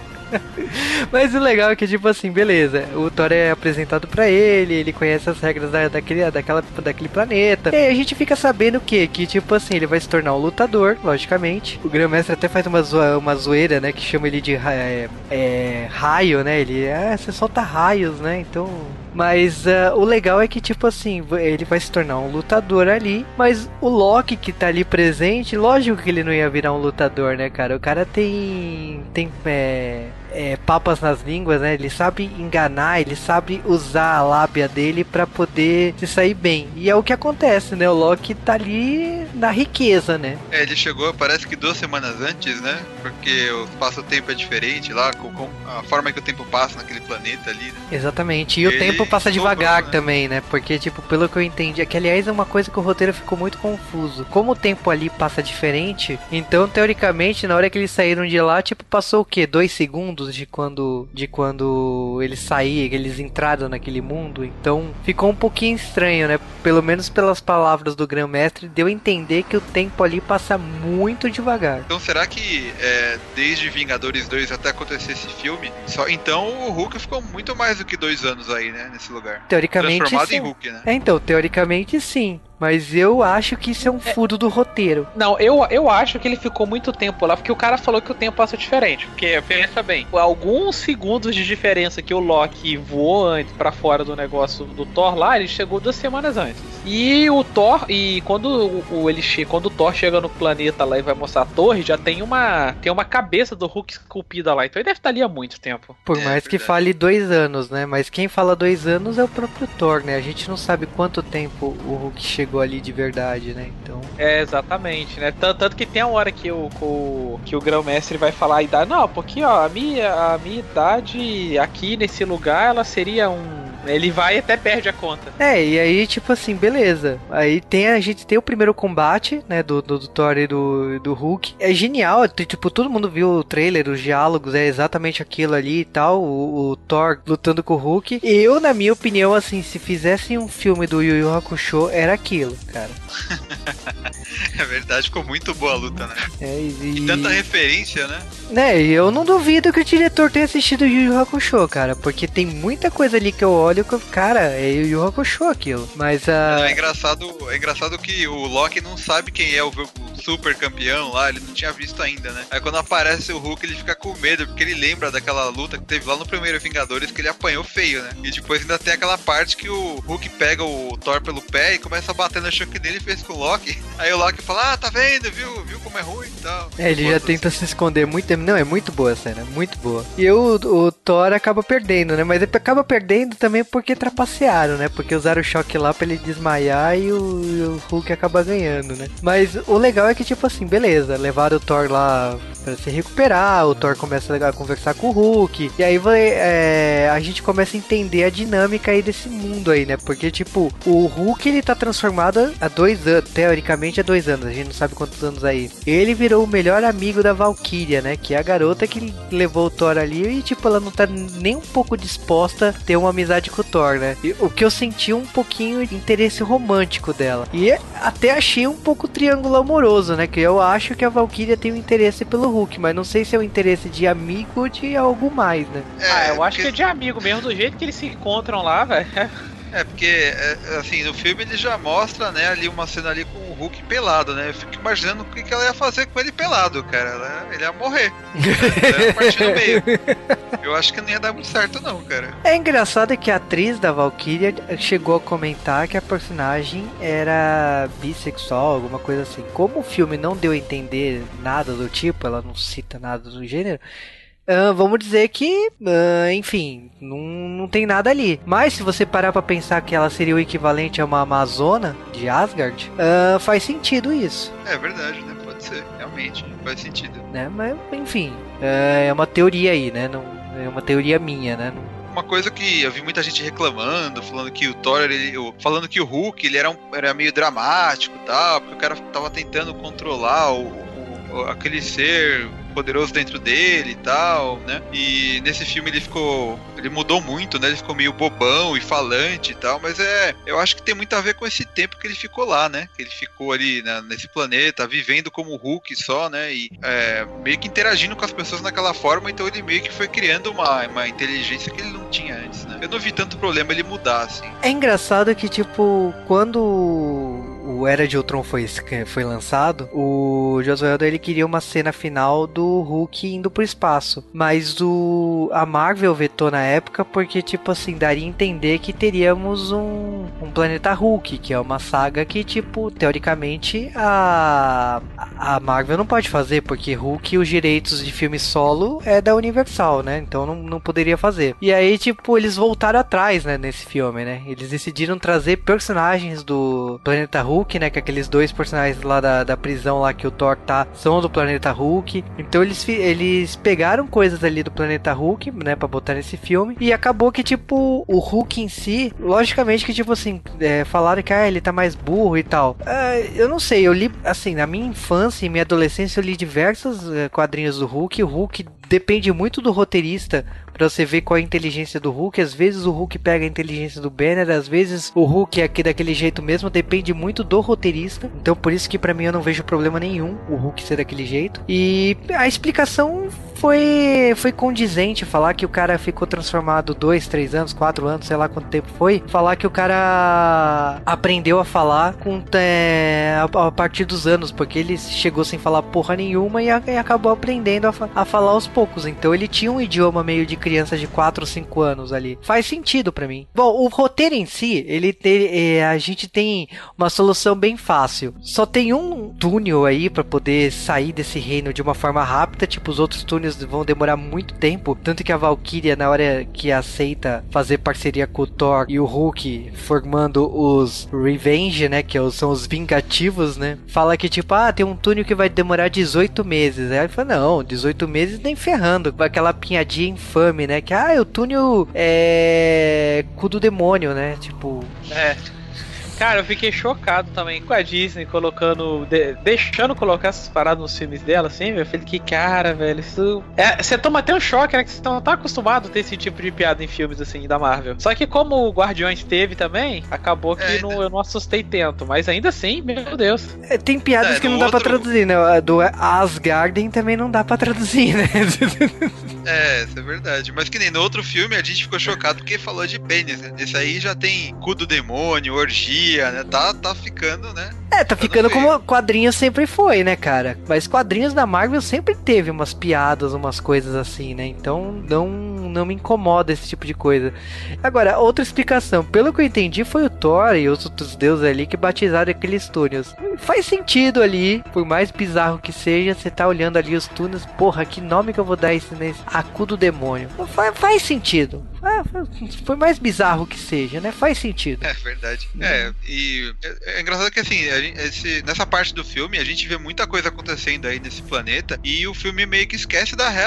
Mas o legal é que, tipo assim, beleza, o Thor é apresentado pra ele, ele conhece as regras da, daquele, daquela, daquele planeta. E aí a gente fica sabendo o quê? Que, tipo assim, ele vai se tornar um lutador, logicamente. O Grão-Mestre até faz uma, zoa, uma zoeira, né, que chama ele de é, é, raio, né? Ele, ah, você solta raios, né? Então... Mas uh, o legal é que, tipo assim, ele vai se tornar um lutador ali, mas o Loki que tá ali presente, lógico que ele não ia virar um lutador, né, cara? O cara tem... tem é, é, papas nas línguas, né? Ele sabe enganar, ele sabe usar a lábia dele pra poder se sair bem. E é o que acontece, né? O Loki tá ali na riqueza, né?
É, ele chegou, parece que duas semanas antes, né? Porque o espaço-tempo é diferente lá, com, com a forma que o tempo passa naquele planeta ali, né?
Exatamente. E
ele
o tempo passa
sobrou,
devagar, né? Também, né? Porque, tipo, pelo que eu entendi, é que, aliás, é uma coisa que o roteiro ficou muito confuso. Como o tempo ali passa diferente, então, teoricamente, na hora que eles saíram de lá, tipo, passou o quê? Dois segundos de quando, de quando eles saíram, eles entraram naquele mundo. Então, ficou um pouquinho estranho, né? Pelo menos pelas palavras do Grão-Mestre, deu a entender que o tempo ali passa muito devagar.
Então, será que é, desde Vingadores dois até acontecer esse filme, só então o Hulk ficou muito mais do que dois anos aí, né? Nesse lugar.
Teoricamente,
transformado
sim.
em Hulk, né?
É, então, teoricamente sim. Mas eu acho que isso é um furo do roteiro.
Não, eu, eu acho que ele ficou muito tempo lá, porque o cara falou que o tempo passa diferente. Porque, pensa bem, alguns segundos de diferença que o Loki voou antes pra fora do negócio do Thor lá, ele chegou duas semanas antes. E o Thor, e quando o, o, ele che, quando o Thor chega no planeta lá e vai mostrar a torre, já tem uma, tem uma cabeça do Hulk esculpida lá. Então ele deve estar ali há muito tempo.
Por
É,
mais que
verdade.
fale dois anos, né? Mas quem fala dois anos é o próprio Thor, né? A gente não sabe quanto tempo o Hulk chegou ali de verdade, né? Então...
É, exatamente, né? Tanto, tanto que tem a hora que o, o, que o Grão-Mestre vai falar a idade. Não, porque ó, a minha, a minha idade aqui nesse lugar, ela seria um... Ele vai e até perde a conta.
É, e aí, tipo assim, beleza. Aí tem a gente tem o primeiro combate, né, do, do, do Thor e do, do Hulk. É genial, tipo, todo mundo viu o trailer, os diálogos, é exatamente aquilo ali e tal, o, o Thor lutando com o Hulk. E eu, na minha opinião, assim, se fizessem um filme do Yu Yu Hakusho, era aquilo, cara.
É verdade, ficou muito boa a luta, né?
É, e...
E tanta referência, né?
Né, e eu não duvido que o diretor tenha assistido Yu Yu Hakusho, cara, porque tem muita coisa ali que eu olho que eu, cara, é Yu Yu Hakusho aquilo. Mas a...
Não, é engraçado, é engraçado que o Loki não sabe quem é o, o super campeão lá, ele não tinha visto ainda, né? Aí quando aparece o Hulk, ele fica com medo, porque ele lembra daquela luta que teve lá no primeiro Vingadores, que ele apanhou feio, né? E depois ainda tem aquela parte que o Hulk pega o Thor pelo pé e começa a bater no choque dele e fez com o Loki. Aí o Loki fala, ah, tá vendo, viu? Viu como é ruim e tal.
É, ele já tenta se esconder muito tempo. Não, é muito boa a cena, muito boa. E o, o Thor acaba perdendo, né? Mas ele acaba perdendo também porque trapacearam, né? Porque usaram o choque lá pra ele desmaiar e o, e o Hulk acaba ganhando, né? Mas o legal é que, tipo assim, beleza, levaram o Thor lá pra se recuperar, o Thor começa a conversar com o Hulk, e aí vai, é, a gente começa a entender a dinâmica aí desse mundo aí, né? Porque, tipo, o Hulk, ele tá transformado há dois anos, teoricamente há dois anos, a gente não sabe quantos anos aí. Ele virou o melhor amigo da Valkyria, né? Que é a garota que levou o Thor ali e, tipo, ela não tá nem um pouco disposta a ter uma amizade com o Thor, né? E o que eu senti um pouquinho de interesse romântico dela. E até achei um pouco triângulo amoroso confuso, né? Que eu acho que a Valkyria tem um interesse pelo Hulk, mas não sei se é um interesse de amigo ou de algo mais, né?
É, ah, eu acho porque... que é de amigo mesmo, do jeito que eles se encontram lá, velho.
É, porque, assim, no filme ele já mostra, né, ali uma cena ali com o Hulk pelado, né? Eu fico imaginando o que, que ela ia fazer com ele pelado, cara. Ela, ele ia morrer. Ela ia partir no meio. Eu acho que não ia dar muito certo, não, cara.
É engraçado que a atriz da Valkyria chegou a comentar que a personagem era bissexual, alguma coisa assim. Como o filme não deu a entender nada do tipo, ela não cita nada do gênero, Uh, vamos dizer que, uh, enfim, não, não tem nada ali. Mas se você parar pra pensar que ela seria o equivalente a uma Amazona de Asgard, uh, faz sentido isso.
É verdade, né? Pode ser, realmente, faz sentido.
Né? Mas, enfim, uh, é uma teoria aí, né? Não, é uma teoria minha, né?
Uma coisa que eu vi muita gente reclamando, falando que o Thor, ele, falando que o Hulk, ele era, um, era meio dramático e tal, porque o cara tava tentando controlar o, o, aquele ser poderoso dentro dele e tal, né? E nesse filme ele ficou... Ele mudou muito, né? Ele ficou meio bobão e falante e tal, mas é... Eu acho que tem muito a ver com esse tempo que ele ficou lá, né? Que ele ficou ali, né, nesse planeta, vivendo como Hulk só, né? E é, meio que interagindo com as pessoas naquela forma, então ele meio que foi criando uma, uma inteligência que ele não tinha antes, né? Eu não vi tanto problema ele mudar, assim.
É engraçado que, tipo, quando o Era de Ultron foi, foi lançado, o Joss Whedon, ele queria uma cena final do Hulk indo pro espaço, mas o, a Marvel vetou na época porque, tipo assim, daria a entender que teríamos um, um planeta Hulk, que é uma saga que, tipo, teoricamente a, a Marvel não pode fazer, porque Hulk, os direitos de filme solo é da Universal, né? Então não, não poderia fazer. E aí, tipo, eles voltaram atrás, né, nesse filme, né? Eles decidiram trazer personagens do planeta Hulk, né? Que aqueles dois personagens lá da, da prisão lá que o Thor tá, são do planeta Hulk. Então eles, eles pegaram coisas ali do planeta Hulk, né, pra botar nesse filme, e acabou que, tipo, o Hulk em si, logicamente que, tipo assim, é, falaram que, ah, ele tá mais burro e tal. Uh, eu não sei, eu li, assim, na minha infância e minha adolescência eu li diversos uh, quadrinhos do Hulk, o Hulk depende muito do roteirista pra você ver qual é a inteligência do Hulk. Às vezes o Hulk pega a inteligência do Banner, às vezes o Hulk é aqui daquele jeito mesmo, depende muito do roteirista. Então por isso que pra mim eu não vejo problema nenhum o Hulk ser daquele jeito. E a explicação foi, foi condizente, falar que o cara ficou transformado dois, três anos, quatro anos, sei lá quanto tempo foi, falar que o cara aprendeu a falar com, é, a, a partir dos anos, porque ele chegou sem falar porra nenhuma e, a, e acabou aprendendo a, a falar aos poucos. Então ele tinha um idioma meio de criança de quatro ou cinco anos ali. Faz sentido pra mim. Bom, o roteiro em si, ele tem, é, a gente tem uma solução bem fácil. Só tem um túnel aí pra poder sair desse reino de uma forma rápida, tipo, os outros túneis vão demorar muito tempo, tanto que a Valkyria, na hora que aceita fazer parceria com o Thor e o Hulk, formando os Revenge, né, que são os vingativos, né, fala que tipo, ah, tem um túnel que vai demorar dezoito meses. Aí ele fala, não, dezoito meses nem ferrando, aquela pinhadinha infame, né, que ah, o túnel é cu do demônio, né, tipo...
É... Cara, eu fiquei chocado também com a Disney colocando, de, deixando colocar essas paradas nos filmes dela, assim, velho. Eu falei, que cara, velho, isso... É, você toma até um choque, né, que você não tá acostumado a ter esse tipo de piada em filmes, assim, da Marvel. Só que como o Guardiões teve também, acabou que é, não, eu não assustei tanto, mas ainda assim, meu Deus.
É, tem piadas é, que não dá outro... pra traduzir, né, a do Asgarden também não dá pra traduzir, né.
É, isso é verdade. Mas que nem no outro filme a gente ficou chocado porque falou de pênis, né? Esse aí já tem cu do demônio, orgia, né? Tá, tá ficando, né?
É, tá ficando como quadrinhos sempre foi, né, cara? Mas quadrinhos da Marvel sempre teve umas piadas, umas coisas assim, né? Então não, não me incomoda esse tipo de coisa. Agora, outra explicação. Pelo que eu entendi, foi o Thor e os outros deuses ali que batizaram aqueles túneis. Faz sentido ali, por mais bizarro que seja, você tá olhando ali os túneis, porra, que nome que eu vou dar esse nesse? Acu do demônio. Faz, faz sentido. Foi mais bizarro que seja, né? Faz sentido.
É verdade. Hum. É, e é, é engraçado que assim, a gente, esse, nessa parte do filme a gente vê muita coisa acontecendo aí nesse planeta e o filme meio que esquece da Hela, né?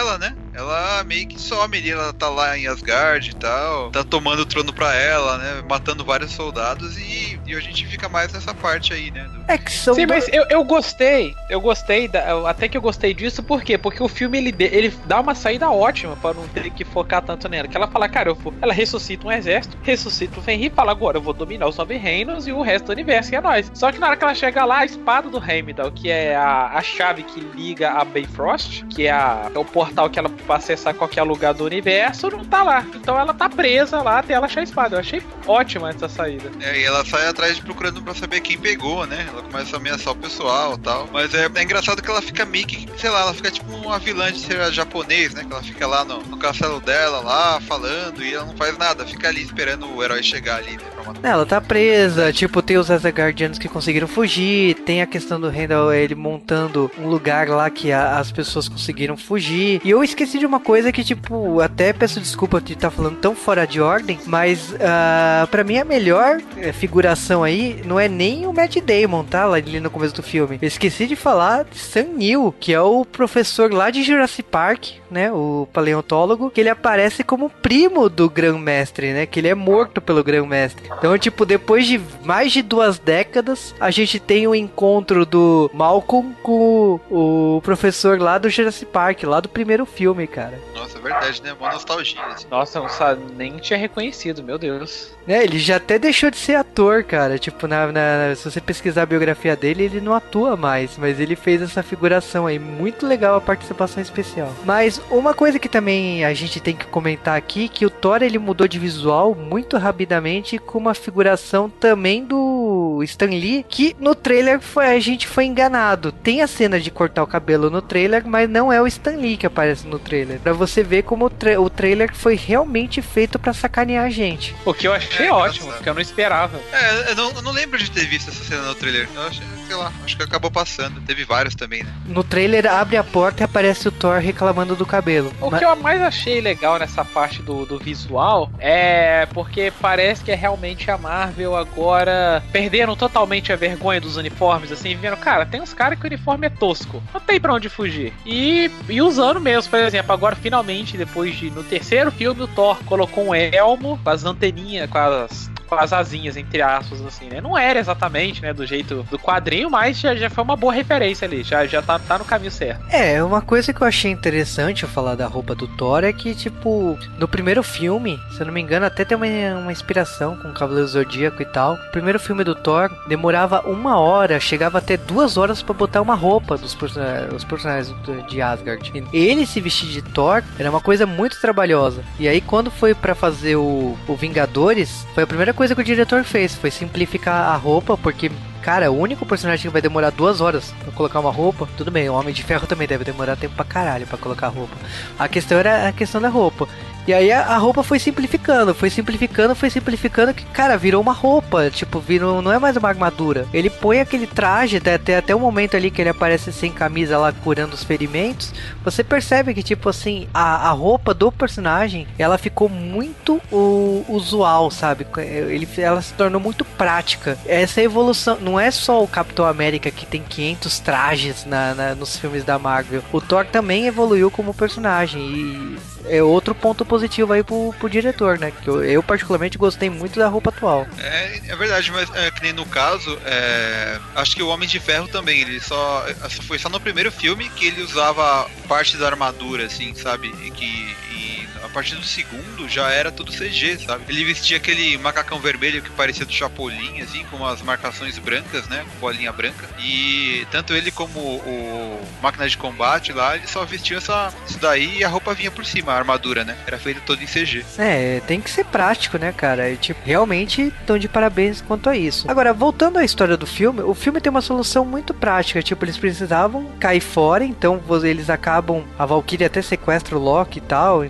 ela meio que some ali, ela tá lá em Asgard e tal, tá tomando o trono pra ela, né, matando vários soldados e, e a gente fica mais nessa parte aí, né. Do...
É que são
Sim,
do...
mas eu, eu gostei, eu gostei, da, eu- até que eu gostei disso, por quê? Porque o filme, ele, dê- ele dá uma saída ótima pra não ter que focar tanto nela, que ela fala, cara, eu vou, ela ressuscita um exército, ressuscita o Fenrir e fala, agora eu vou dominar os nove reinos e o resto do universo, que é nós. Só que na hora que ela chega lá, a espada do Heimdall, que é a, a chave que liga a Bifrost, que é, a, é o portal que ela pra acessar qualquer lugar do universo, não tá lá. Então ela tá presa lá até ela achar a espada. Eu achei ótima essa saída.
É, e ela sai atrás procurando pra saber quem pegou, né? Ela começa a ameaçar o pessoal e tal. Mas é, é engraçado que ela fica meio que, sei lá, ela fica tipo uma vilã de ser japonês, né? Que ela fica lá no, no castelo dela, lá, falando, e ela não faz nada. Fica ali esperando o herói chegar ali, né? Pra matar.
Ela tá presa, tipo, tem os Asgardianos que conseguiram fugir, tem a questão do Heimdall, ele montando um lugar lá que a- as pessoas conseguiram fugir. E eu esqueci de uma coisa que, tipo, até peço desculpa de estar falando tão fora de ordem, mas ah, pra mim a melhor eh, figuração aí não é nem o Matt Damon, tá? Lá ali no começo do filme. Eu esqueci de falar de Sam Neill, que é o professor lá de Jurassic Park, né? O paleontólogo, que ele aparece como primo do Grão-Mestre, né? Que ele é morto pelo Grão-Mestre. Então, tipo, depois de mais de duas décadas, a gente tem o encontro do Malcolm com o, o professor lá do Jurassic Park, lá do primeiro filme, cara.
Nossa, é verdade, né? Uma nostalgia, assim.
Nossa, eu não sa- nem tinha reconhecido, meu Deus.
Né? Ele já até deixou de ser ator, cara. Tipo, na, na- se você pesquisar a biografia dele, ele não atua mais, mas ele fez essa figuração aí. Muito legal a participação especial. Mas uma coisa que também a gente tem que comentar aqui, que o Thor, ele mudou de visual muito rapidamente, com uma figuração também do Stan Lee, que no trailer foi, a gente foi enganado. Tem a cena de cortar o cabelo no trailer, mas não é o Stan Lee que aparece no trailer. Pra você ver como o, tra- o trailer foi realmente feito pra sacanear a gente.
O que eu achei
É,
ótimo,
engraçado.
porque eu não esperava.
É, eu não, eu não lembro de ter visto essa cena no trailer. Eu achei, sei lá, acho que acabou passando. Teve vários também, né?
No trailer abre a porta e aparece o Thor reclamando do cabelo.
O
Mas-
que eu mais achei legal nessa parte do, do visual é porque parece que é realmente a Marvel agora perdendo totalmente a vergonha dos uniformes, assim, vendo, cara, tem uns caras que o uniforme é tosco, não tem pra onde fugir. E, e usando mesmo, por exemplo, agora finalmente, depois de, no terceiro filme, o Thor colocou um elmo com as anteninhas, com as... com as asinhas, entre aspas, assim, né? Não era exatamente, né, do jeito do quadrinho, mas já, já foi uma boa referência ali, já, já tá, tá no caminho certo.
É, uma coisa que eu achei interessante eu falar da roupa do Thor é que, tipo, no primeiro filme, se eu não me engano, até tem uma, uma inspiração com o Cavaleiro Zodíaco e tal. O primeiro filme do Thor demorava uma hora, chegava até duas horas pra botar uma roupa dos person- os personagens do- de Asgard. E ele se vestir de Thor era uma coisa muito trabalhosa. E aí, quando foi pra fazer o, o Vingadores, foi a primeira coisa que o diretor fez, foi simplificar a roupa, porque... Cara, o único personagem que vai demorar duas horas pra colocar uma roupa, tudo bem, o Homem de Ferro também deve demorar tempo pra caralho pra colocar a roupa. A questão era a questão da roupa. E aí a, a roupa foi simplificando, foi simplificando, foi simplificando, que, cara, virou uma roupa, tipo, virou, não é mais uma armadura. Ele põe aquele traje, até, até, até o momento ali que ele aparece sem camisa lá, curando os ferimentos, você percebe que, tipo assim, a, a roupa do personagem, ela ficou muito o, usual, sabe? Ele, ela se tornou muito prática. Essa evolução, não é só o Capitão América que tem quinhentos trajes na, na, nos filmes da Marvel. O Thor também evoluiu como personagem e é outro ponto positivo aí pro, pro diretor, né? Que eu, eu particularmente gostei muito da roupa atual.
É, é verdade, mas é, que nem no caso, é, acho que o Homem de Ferro também, ele só, foi só no primeiro filme que ele usava parte da armadura, assim, sabe? E que e a partir do segundo já era tudo C G, sabe? Ele vestia aquele macacão vermelho que parecia do Chapolin, assim, com as marcações brancas, né? Com bolinha branca. E tanto ele como o Máquina de Combate lá, ele só vestia essa, isso daí e a roupa vinha por cima, a armadura, né? Era feita toda em C G.
É, tem que ser prático, né, cara? E, tipo, realmente estão de parabéns quanto a isso. Agora, voltando à história do filme, o filme tem uma solução muito prática. Tipo, eles precisavam cair fora, então eles acabam... A Valkyrie até sequestra o Loki e tal, então acaba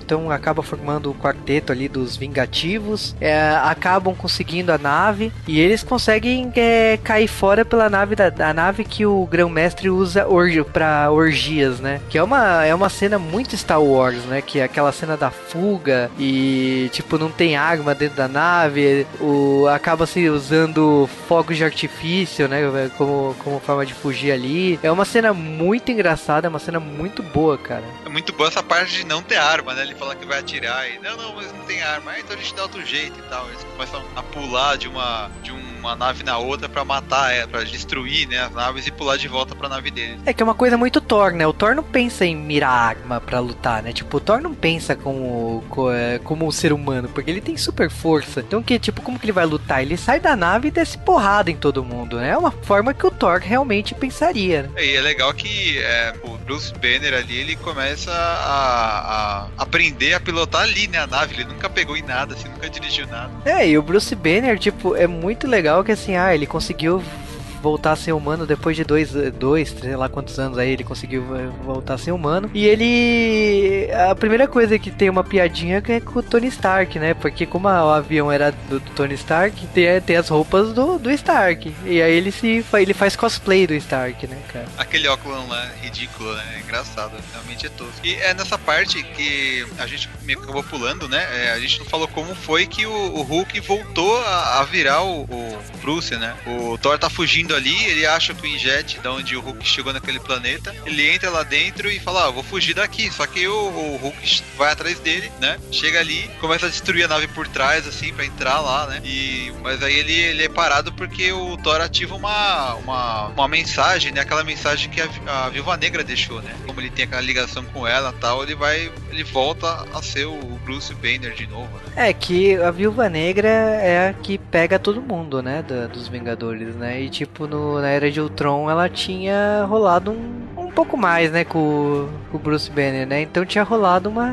acaba formando o quarteto ali dos Vingativos, é, acabam conseguindo a nave e eles conseguem é, cair fora pela nave da, da nave que o Grão-Mestre usa orgi, pra orgias, né? Que é uma, é uma cena muito Star Wars, né? Que é aquela cena da fuga e, tipo, não tem arma dentro da nave, o, acaba se usando fogos de artifício, né? Como, como forma de fugir ali. É uma cena muito engraçada, é uma cena muito boa, cara.
É muito boa essa parte de não ter arma, né? Ele fala que vai atirar e, não, não, mas não tem arma. Ah, então a gente dá outro jeito e tal. Eles começam a pular de uma, de uma nave na outra pra matar, é, pra destruir, né, as naves e pular de volta pra nave deles.
É que é uma coisa muito Thor, né? O Thor não pensa em mirar arma pra lutar, né? Tipo, o Thor não pensa como, como um ser humano, porque ele tem super força. Então, que, tipo, como que ele vai lutar? Ele sai da nave e desce porrada em todo mundo, né? É uma forma que o Thor realmente pensaria, né?
E é legal que é, o Bruce Banner ali, ele começa a, a aprender a pilotar ali, né, a nave. Ele nunca pegou em nada, assim, nunca dirigiu nada.
É, e o Bruce Banner, tipo, é muito legal que, assim, ah, ele conseguiu voltar a ser humano depois de dois, dois, sei lá quantos anos aí ele conseguiu voltar a ser humano. E ele... A primeira coisa que tem uma piadinha é com o Tony Stark, né? Porque como a, o avião era do, do Tony Stark, tem, tem as roupas do, do Stark. E aí ele se ele faz cosplay do Stark, né, cara?
Aquele óculos lá, ridículo, né? É engraçado, realmente é tosco. E é nessa parte que a gente meio que acabou pulando, né? É, a gente não falou como foi que o, o Hulk voltou a, a virar o, o Bruce, né? O Thor tá fugindo ali, ele acha que o Injet, da onde o Hulk chegou naquele planeta, ele entra lá dentro e fala, ah, vou fugir daqui, só que o, o Hulk vai atrás dele, né, chega ali, começa a destruir a nave por trás, assim, pra entrar lá, né, e, mas aí ele, ele é parado porque o Thor ativa uma, uma, uma mensagem, né, aquela mensagem que a, a Viúva Negra deixou, né, como ele tem aquela ligação com ela e tal, ele vai, ele volta a ser o Bruce Banner de novo, né.
É que a Viúva Negra é a que pega todo mundo, né, da, dos Vingadores, né, e tipo, no, na Era de Ultron ela tinha rolado um, um pouco mais, né, com, com o Bruce Banner, né, então tinha rolado uma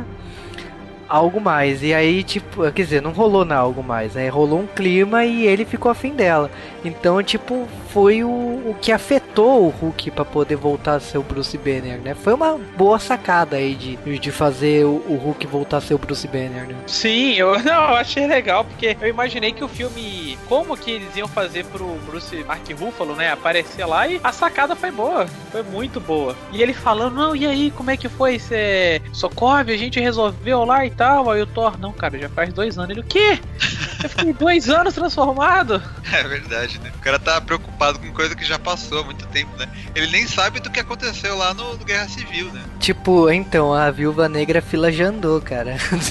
algo mais, e aí tipo, quer dizer, não rolou na algo mais, né, rolou um clima e ele ficou afim dela, então tipo, foi o, o que afetou o Hulk pra poder voltar a ser o Bruce Banner, né, foi uma boa sacada aí de, de fazer o, o Hulk voltar a ser o Bruce Banner, né.
Sim, eu, não, eu achei legal, porque eu imaginei que o filme, como que eles iam fazer pro Bruce Mark Ruffalo, né, aparecer lá, e a sacada foi boa, foi muito boa, e ele falando, não, e aí, como é que foi, cê Sokovia, a gente resolveu lá e tal, aí o Thor, não, cara, já faz dois anos. Ele, o quê? Eu fiquei dois anos transformado?
É verdade, né? O cara tá preocupado com coisa que já passou há muito tempo, né? Ele nem sabe do que aconteceu lá no, no Guerra Civil, né?
Tipo, então, a Viúva Negra fila já andou, cara.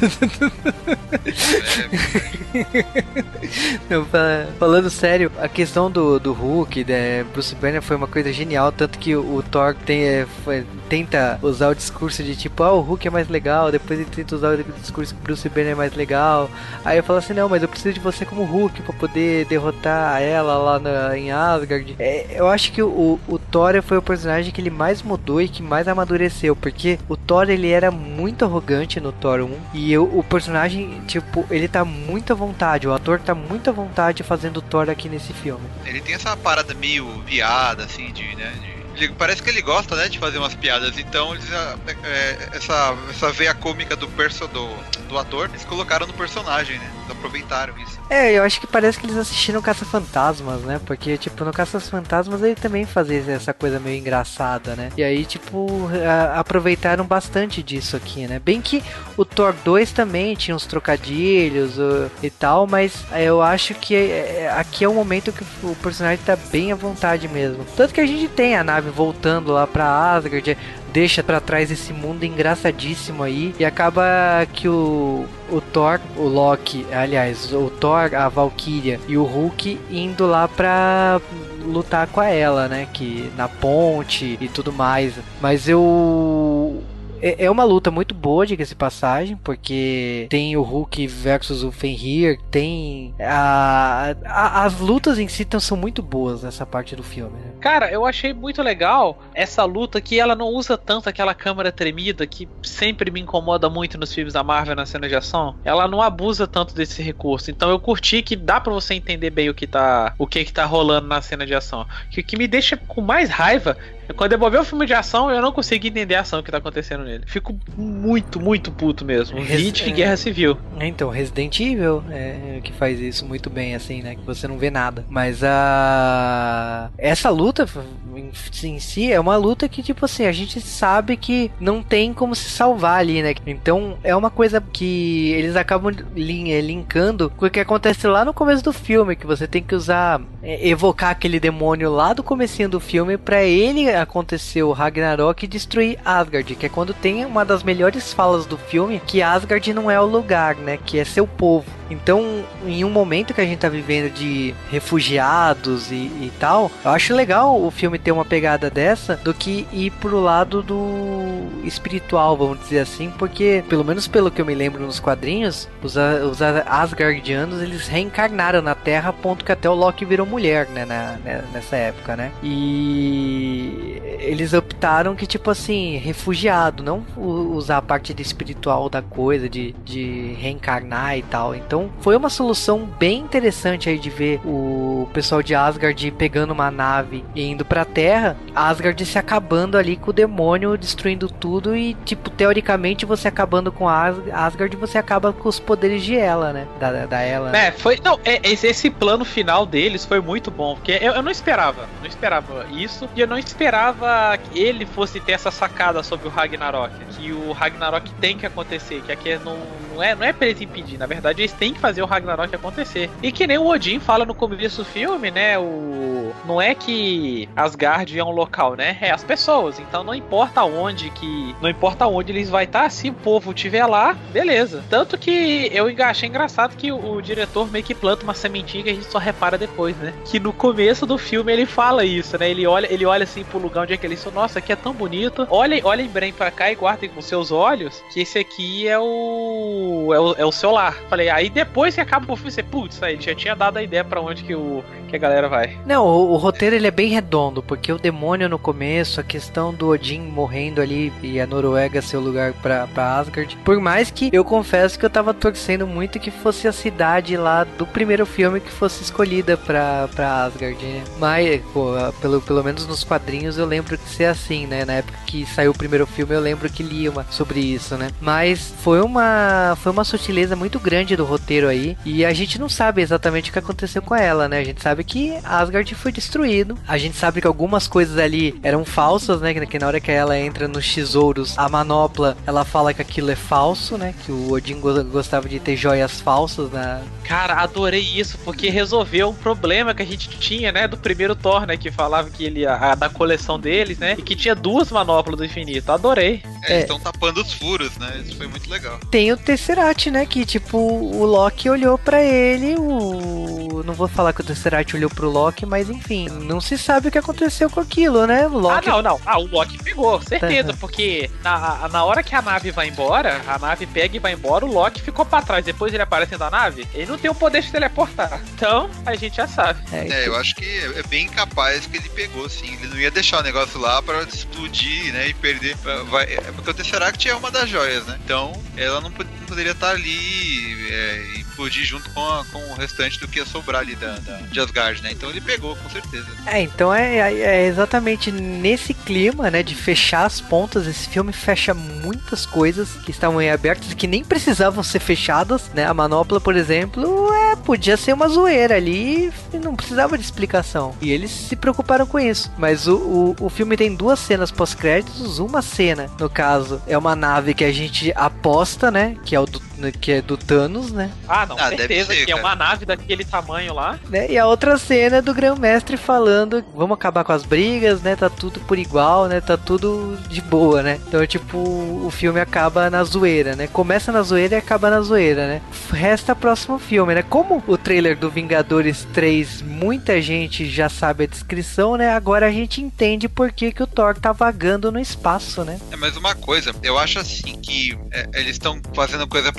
É, não, falando sério, a questão do, do Hulk, né, Bruce Banner foi uma coisa genial, tanto que o, o Thor tem, foi, tenta usar o discurso de tipo, ah, o Hulk é mais legal, depois ele tenta usar o discurso que o Bruce Banner é mais legal, aí eu falo assim, não, mas eu preciso de você como Hulk pra poder derrotar ela lá na, em Asgard. É, eu acho que o, o Thor foi o personagem que ele mais mudou e que mais amadureceu, porque o Thor, ele era muito arrogante no Thor um, e eu, o personagem, tipo, ele tá muito à vontade, o ator tá muito à vontade fazendo o Thor aqui nesse filme.
Ele tem essa parada meio viada, assim, de, né, de... Ele, parece que ele gosta, né, de fazer umas piadas, então eles, é, essa, essa veia cômica do, perso, do, do ator, eles colocaram no personagem, né, eles aproveitaram isso.
É, eu acho que parece que eles assistiram Caça-Fantasmas, né, porque, tipo, no Caça-Fantasmas ele também fazia essa coisa meio engraçada, né, e aí, tipo, a, aproveitaram bastante disso aqui, né, bem que o Thor dois também tinha uns trocadilhos uh, e tal, mas eu acho que é, aqui é o momento que o personagem tá bem à vontade mesmo, tanto que a gente tem a nave voltando lá pra Asgard, deixa pra trás esse mundo engraçadíssimo aí, e acaba que o, o Thor, o Loki, aliás, o Thor, a Valkyria e o Hulk indo lá pra lutar com ela, né, que na ponte e tudo mais, mas eu... É uma luta muito boa, diga-se passagem, porque tem o Hulk versus o Fenrir, tem a, a, as lutas em si tão, são muito boas nessa parte do filme, né?
Cara, eu achei muito legal essa luta, que ela não usa tanto aquela câmera tremida que sempre me incomoda muito nos filmes da Marvel na cena de ação. Ela não abusa tanto desse recurso, então eu curti que dá pra você entender bem o que tá, o que que tá rolando na cena de ação. O que me deixa com mais raiva Quando devolver o filme de ação, eu não consigo entender a ação que tá acontecendo nele. Fico muito, muito puto mesmo. Hit de Guerra Civil.
Então, Resident Evil é que faz isso muito bem, assim, né? Que você não vê nada. Mas a... essa luta em si é uma luta que, tipo assim, a gente sabe que não tem como se salvar ali, né? Então, é uma coisa que eles acabam linkando com o que acontece lá no começo do filme, que você tem que usar, evocar aquele demônio lá do comecinho do filme pra ele acontecer o Ragnarok e destruir Asgard, que é quando tem uma das melhores falas do filme, que Asgard não é o lugar, né? Que é seu povo. Então, em um momento que a gente tá vivendo de refugiados e, e tal, eu acho legal o filme ter uma pegada dessa do que ir pro lado do espiritual, vamos dizer assim, porque, pelo menos pelo que eu me lembro nos quadrinhos, os, os Asgardianos, eles reencarnaram na Terra, a ponto que até o Loki virou mulher, né, na, nessa época, né? E eles optaram que, tipo assim, refugiado, não usar a parte de espiritual da coisa, de, de reencarnar e tal. Então, Então foi uma solução bem interessante aí de ver o pessoal de Asgard pegando uma nave e indo pra Terra, Asgard se acabando ali com o demônio, destruindo tudo e, tipo, teoricamente você acabando com a Asgard, você acaba com os poderes de Ela, né? Da, da Ela.
É, foi... Não, é, esse plano final deles foi muito bom, porque eu, eu não esperava, não esperava isso, e eu não esperava que ele fosse ter essa sacada sobre o Ragnarok, que o Ragnarok tem que acontecer, que aqui não, não, é, não é pra eles impedir, na verdade eles têm que fazer o Ragnarok acontecer. E que nem o Odin fala no começo do filme, né? O... Não é que Asgard é um local, né? É as pessoas. Então não importa onde que... Não importa onde eles vai estar, se o povo estiver lá, beleza. Tanto que eu achei engraçado que o, o diretor meio que planta uma sementinha que a gente só repara depois, né? Que no começo do filme ele fala isso, né? Ele olha, ele olha assim pro lugar onde é que ele disse, nossa, aqui é tão bonito. Olhem, olhem bem pra cá e guardem com seus olhos que esse aqui é o... É o, é o seu lar. Falei, aí depois que acaba o filme, você, putz, aí já tinha dado a ideia pra onde que, o, que a galera vai.
Não, o, o roteiro ele é bem redondo, porque o demônio no começo, a questão do Odin morrendo ali e a Noruega ser o lugar pra, pra Asgard, por mais que eu confesso que eu tava torcendo muito que fosse a cidade lá do primeiro filme que fosse escolhida pra, pra Asgard, né? Mas, pô, pelo, pelo menos nos quadrinhos eu lembro que ser assim, né? Na época que saiu o primeiro filme eu lembro que li uma sobre isso, né? Mas foi uma, foi uma sutileza muito grande do roteiro aí, e a gente não sabe exatamente o que aconteceu com ela, né? A gente sabe que Asgard foi destruído, a gente sabe que algumas coisas ali eram falsas, né? Que na hora que ela entra nos tesouros, a manopla, ela fala que aquilo é falso, né? Que o Odin gostava de ter joias falsas na...
Cara, adorei isso, porque resolveu um problema que a gente tinha, né? Do primeiro Thor, né? Que falava que ele, a, a da coleção deles, né? E que tinha duas manoplas do infinito, adorei.
É, eles estão é. tapando os furos, né? Isso foi muito legal.
Tem o Tesseract, né? Que tipo, o Loki olhou pra ele, o... Não vou falar que o Tesseract olhou pro Loki, mas enfim, não se sabe o que aconteceu com aquilo, né? O Loki...
Ah, não, não. Ah, o Loki pegou, certeza, uhum. Porque na, na hora que a nave vai embora, a nave pega e vai embora, o Loki ficou pra trás. Depois ele aparece dentro da nave, ele não tem o poder de teleportar. Então, a gente já sabe.
É, é eu acho que é bem capaz que ele pegou, sim. Ele não ia deixar o negócio lá pra explodir, né, e perder. Vai, é porque o Tesseract é uma das joias, né? Então, ela não, pod- não poderia estar ali é, e explodir junto com, a, com o restante do que ia sobrar ali da, da, de Asgard, né? Então ele pegou, com certeza.
É, então é, é, é exatamente nesse clima, né, de fechar as pontas. Esse filme fecha muitas coisas que estavam aí abertas e que nem precisavam ser fechadas, né? A manopla, por exemplo, é, podia ser uma zoeira ali e não precisava de explicação. E eles se preocuparam com isso. Mas o, o, o filme tem duas cenas pós-créditos. Uma cena, no caso, é uma nave que a gente aposta, né? Que é, o do, que é do Thanos, né?
Ah, não, ah, certeza ser, que cara. É uma nave daquele tamanho lá.
Né? E a outra cena é do Grão-Mestre falando, vamos acabar com as brigas, né? Tá tudo por igual, né? Tá tudo de boa, né? Então, tipo, o filme acaba na zoeira, né? Começa na zoeira e acaba na zoeira, né? Resta o próximo filme, né? Como o trailer do Vingadores três, muita gente já sabe a descrição, né? Agora a gente entende por que, que o Thor tá vagando no espaço, né?
É, mas uma coisa, eu acho assim que é, eles estão fazendo coisa pra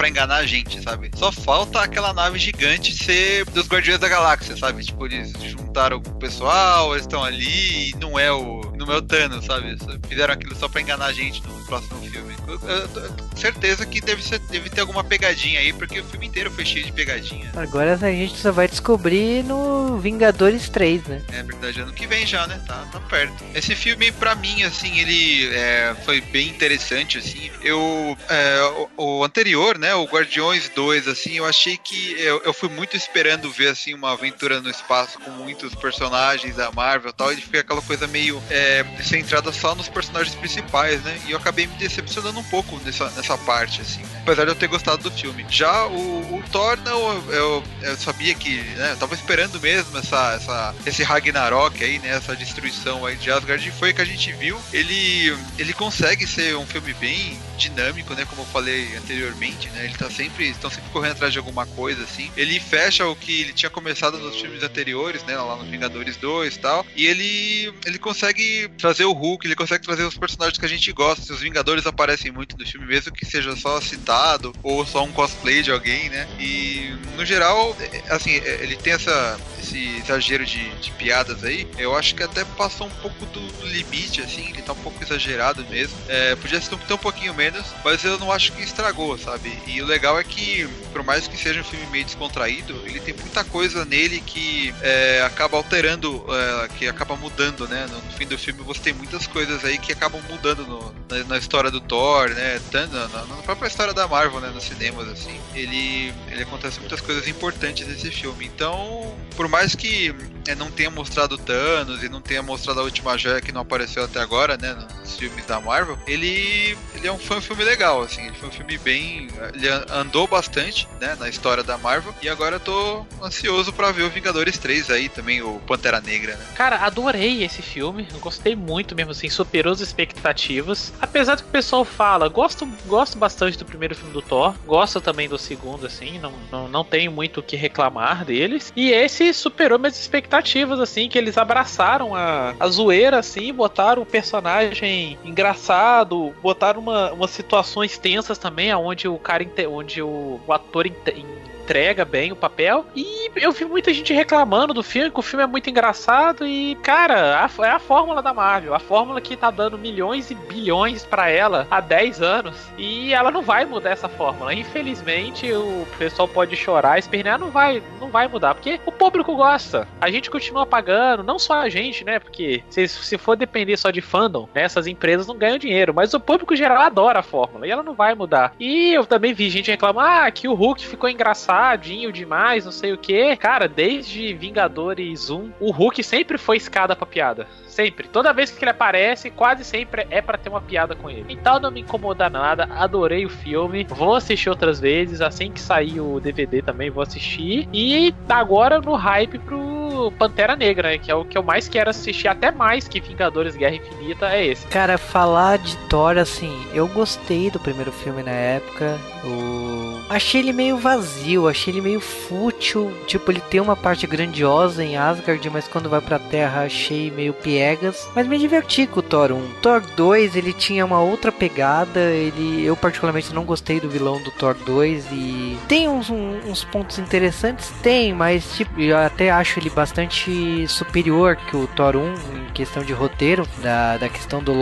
pra enganar a gente, sabe? Só falta aquela nave gigante ser dos Guardiões da Galáxia, sabe? Tipo, eles juntaram com o pessoal, eles estão ali e não é o, não é o Thanos, sabe? Fizeram aquilo só pra enganar a gente no próximo filme. Eu, eu, eu tenho certeza que deve, ser, deve ter alguma pegadinha aí, porque o filme inteiro foi cheio de pegadinha.
Agora a gente só vai descobrir no Vingadores três, né?
É verdade, ano que vem já, né? Tá, tá perto. Esse filme, pra mim, assim, ele é, foi bem interessante, assim. Eu, é, o, o anterior, né, o Guardiões dois, assim, eu achei que eu, eu fui muito esperando ver, assim, uma aventura no espaço com muitos personagens da Marvel e tal, e foi aquela coisa meio é, centrada só nos personagens principais, né? E eu acabei me decepcionando um pouco nessa, nessa parte, assim, né? Apesar de eu ter gostado do filme. Já o, o Thor, não, eu, eu, eu sabia que, né, eu tava esperando mesmo essa, essa, esse Ragnarok aí, né, essa destruição aí de Asgard, e foi que a gente viu. Ele, ele consegue ser um filme bem dinâmico, né, como eu falei anteriormente, né, ele tá sempre, estão sempre correndo atrás de alguma coisa, assim. Ele fecha o que ele tinha começado nos filmes anteriores, né, lá no Vingadores dois e tal, e ele, ele consegue trazer o Hulk, ele consegue trazer os personagens que a gente gosta. Os Vingadores aparecem muito no filme, mesmo que seja só citado, ou só um cosplay de alguém, né, e no geral, assim, ele tem essa, esse exagero de, de piadas aí, eu acho que até passou um pouco do, do limite, assim, ele tá um pouco exagerado mesmo, é, podia ser um, um pouquinho menos, mas eu não acho que estragou, sabe, e o legal é que, por mais que seja um filme meio descontraído, ele tem muita coisa nele que é, acaba alterando, é, que acaba mudando, né, no fim do filme você tem muitas coisas aí que acabam mudando no, na, na história do Thor, né, tanto na, na própria história da Marvel, né, nos cinemas, assim, ele, ele acontece muitas coisas importantes nesse filme, então, por mais que é, não tenha mostrado Thanos e não tenha mostrado a última joia que não apareceu até agora, né, nos filmes da Marvel, ele, ele é um, foi um filme legal, assim, ele foi um filme bem, ele andou bastante, né, na história da Marvel, e agora eu tô ansioso pra ver o Vingadores três aí também, o Pantera Negra, né.
Cara, adorei esse filme, eu gostei muito mesmo, assim, superou as expectativas, apesar do que o pessoal fala, gosto, gosto bastante do primeiro filme do Thor, gosto também do segundo, assim, não, não, não tenho muito o que reclamar deles, e esse superou minhas expectativas, assim, que eles abraçaram a, a zoeira, assim, botaram o personagem engraçado, botaram uma, umas situações tensas também, onde o cara, onde o, o ator entrega bem o papel, e eu vi muita gente reclamando do filme, que o filme é muito engraçado, e, cara, a, é a fórmula da Marvel, a fórmula que tá dando milhões e bilhões pra ela há dez anos, e ela não vai mudar essa fórmula. Infelizmente, o pessoal pode chorar, espernear, não vai, não vai mudar, porque o público gosta, a gente continua pagando, não só a gente, né, porque se, se for depender só de fandom, né, essas empresas não ganham dinheiro, mas o público geral adora a fórmula, e ela não vai mudar. E eu também vi gente reclamar, ah, que o Hulk ficou engraçado, demais, não sei o que. Cara, desde Vingadores um, o Hulk sempre foi escada pra piada. Sempre. Toda vez que ele aparece, quase sempre é pra ter uma piada com ele. Então não me incomoda nada, adorei o filme, vou assistir outras vezes, assim que sair o D V D também vou assistir. E agora no hype pro Pantera Negra, né, que é o que eu mais quero assistir, até mais que Vingadores Guerra Infinita, é esse.
Cara, falar de Thor, assim, eu gostei do primeiro filme na época, o... achei ele meio vazio, achei ele meio fútil, tipo, ele tem uma parte grandiosa em Asgard, mas quando vai pra Terra achei meio piegas, mas me diverti com o Thor um. Thor dois, ele tinha uma outra pegada, ele, eu particularmente não gostei do vilão do Thor dois, e tem uns, um, uns pontos interessantes, tem, mas tipo, eu até acho ele bastante superior que o Thor um, em questão de roteiro, da, da questão do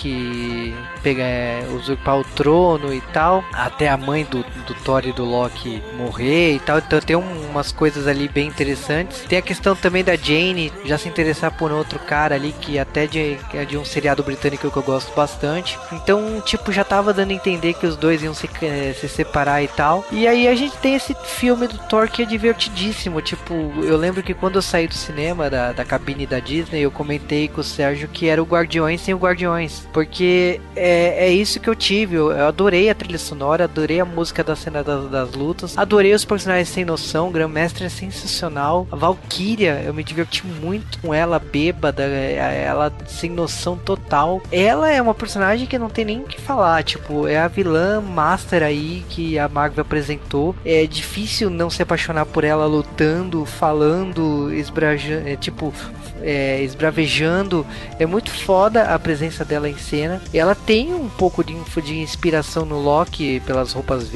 Loki pegar, é, usurpar o trono e tal, até a mãe do, do Thor e do Loki morrer e tal, então tem umas coisas ali bem interessantes. Tem a questão também da Jane já se interessar por outro cara ali, que até de, é de um seriado britânico que eu gosto bastante, então tipo, já tava dando a entender que os dois iam se, se separar e tal, e aí a gente tem esse filme do Thor que é divertidíssimo, tipo, eu lembro que quando eu saí do cinema, da, da cabine da Disney, eu comentei com o Sérgio que era o Guardiões sem o Guardiões, porque é, é isso que eu tive, eu, eu adorei a trilha sonora, adorei a música da cena das, das lutas, adorei os personagens sem noção, o Grão-Mestre é sensacional, a Valkyria, eu me diverti muito com ela, bêbada, ela sem noção total, ela é uma personagem que não tem nem o que falar, tipo, é a vilã master aí que a Marvel apresentou, é difícil não se apaixonar por ela lutando, falando, esbrajando, é, tipo, é, esbravejando, é muito foda a presença dela em cena, ela tem um pouco de, de inspiração no Loki pelas roupas verdes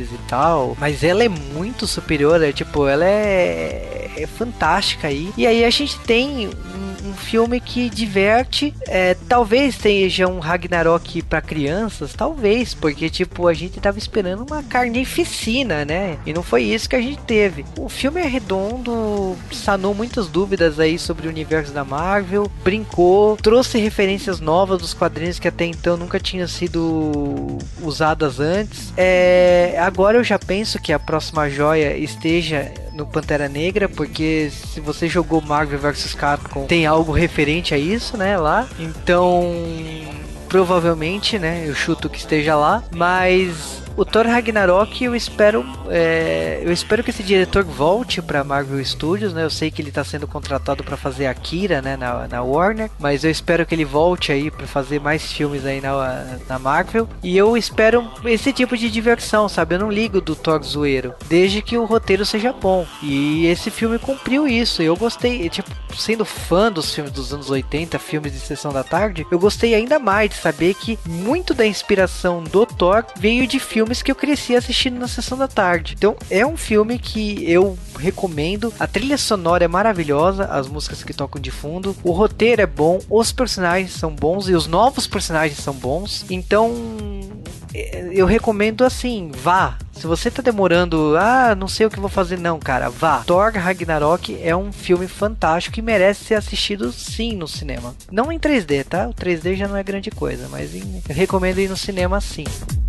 e tal, mas ela é muito superior, é tipo, ela é, é fantástica aí. E aí a gente tem um, um filme que diverte, é, talvez seja um Ragnarok pra crianças, talvez, porque tipo, a gente tava esperando uma carnificina, né? E não foi isso que a gente teve. O filme é redondo, sanou muitas dúvidas aí sobre o universo da Marvel, brincou, trouxe referências novas dos quadrinhos que até então nunca tinham sido usadas antes. É, agora eu já penso que a próxima joia esteja no Pantera Negra, porque se você jogou Marvel versus. Capcom, tem algo referente a isso, né, lá. Então, provavelmente, né, eu chuto que esteja lá, mas o Thor Ragnarok eu espero é, eu espero que esse diretor volte pra Marvel Studios, né? Eu sei que ele tá sendo contratado pra fazer Akira, né, na, na Warner, mas eu espero que ele volte aí pra fazer mais filmes aí na, na Marvel, e eu espero esse tipo de diversão, sabe? Eu não ligo do Thor zoeiro, desde que o roteiro seja bom, e esse filme cumpriu isso. Eu gostei, tipo, sendo fã dos filmes dos anos oitenta, filmes de Sessão da Tarde, eu gostei ainda mais de saber que muito da inspiração do Thor veio de filmes filmes que eu cresci assistindo na Sessão da Tarde. Então é um filme que eu recomendo. A trilha sonora é maravilhosa, as músicas que tocam de fundo, o roteiro é bom, os personagens são bons e os novos personagens são bons. Então eu recomendo assim, vá. Se você tá demorando, ah, não sei o que vou fazer, não, cara, vá. Thor Ragnarok é um filme fantástico que merece ser assistido sim no cinema. Não em três D, tá? O três D já não é grande coisa, mas em... eu recomendo ir no cinema sim.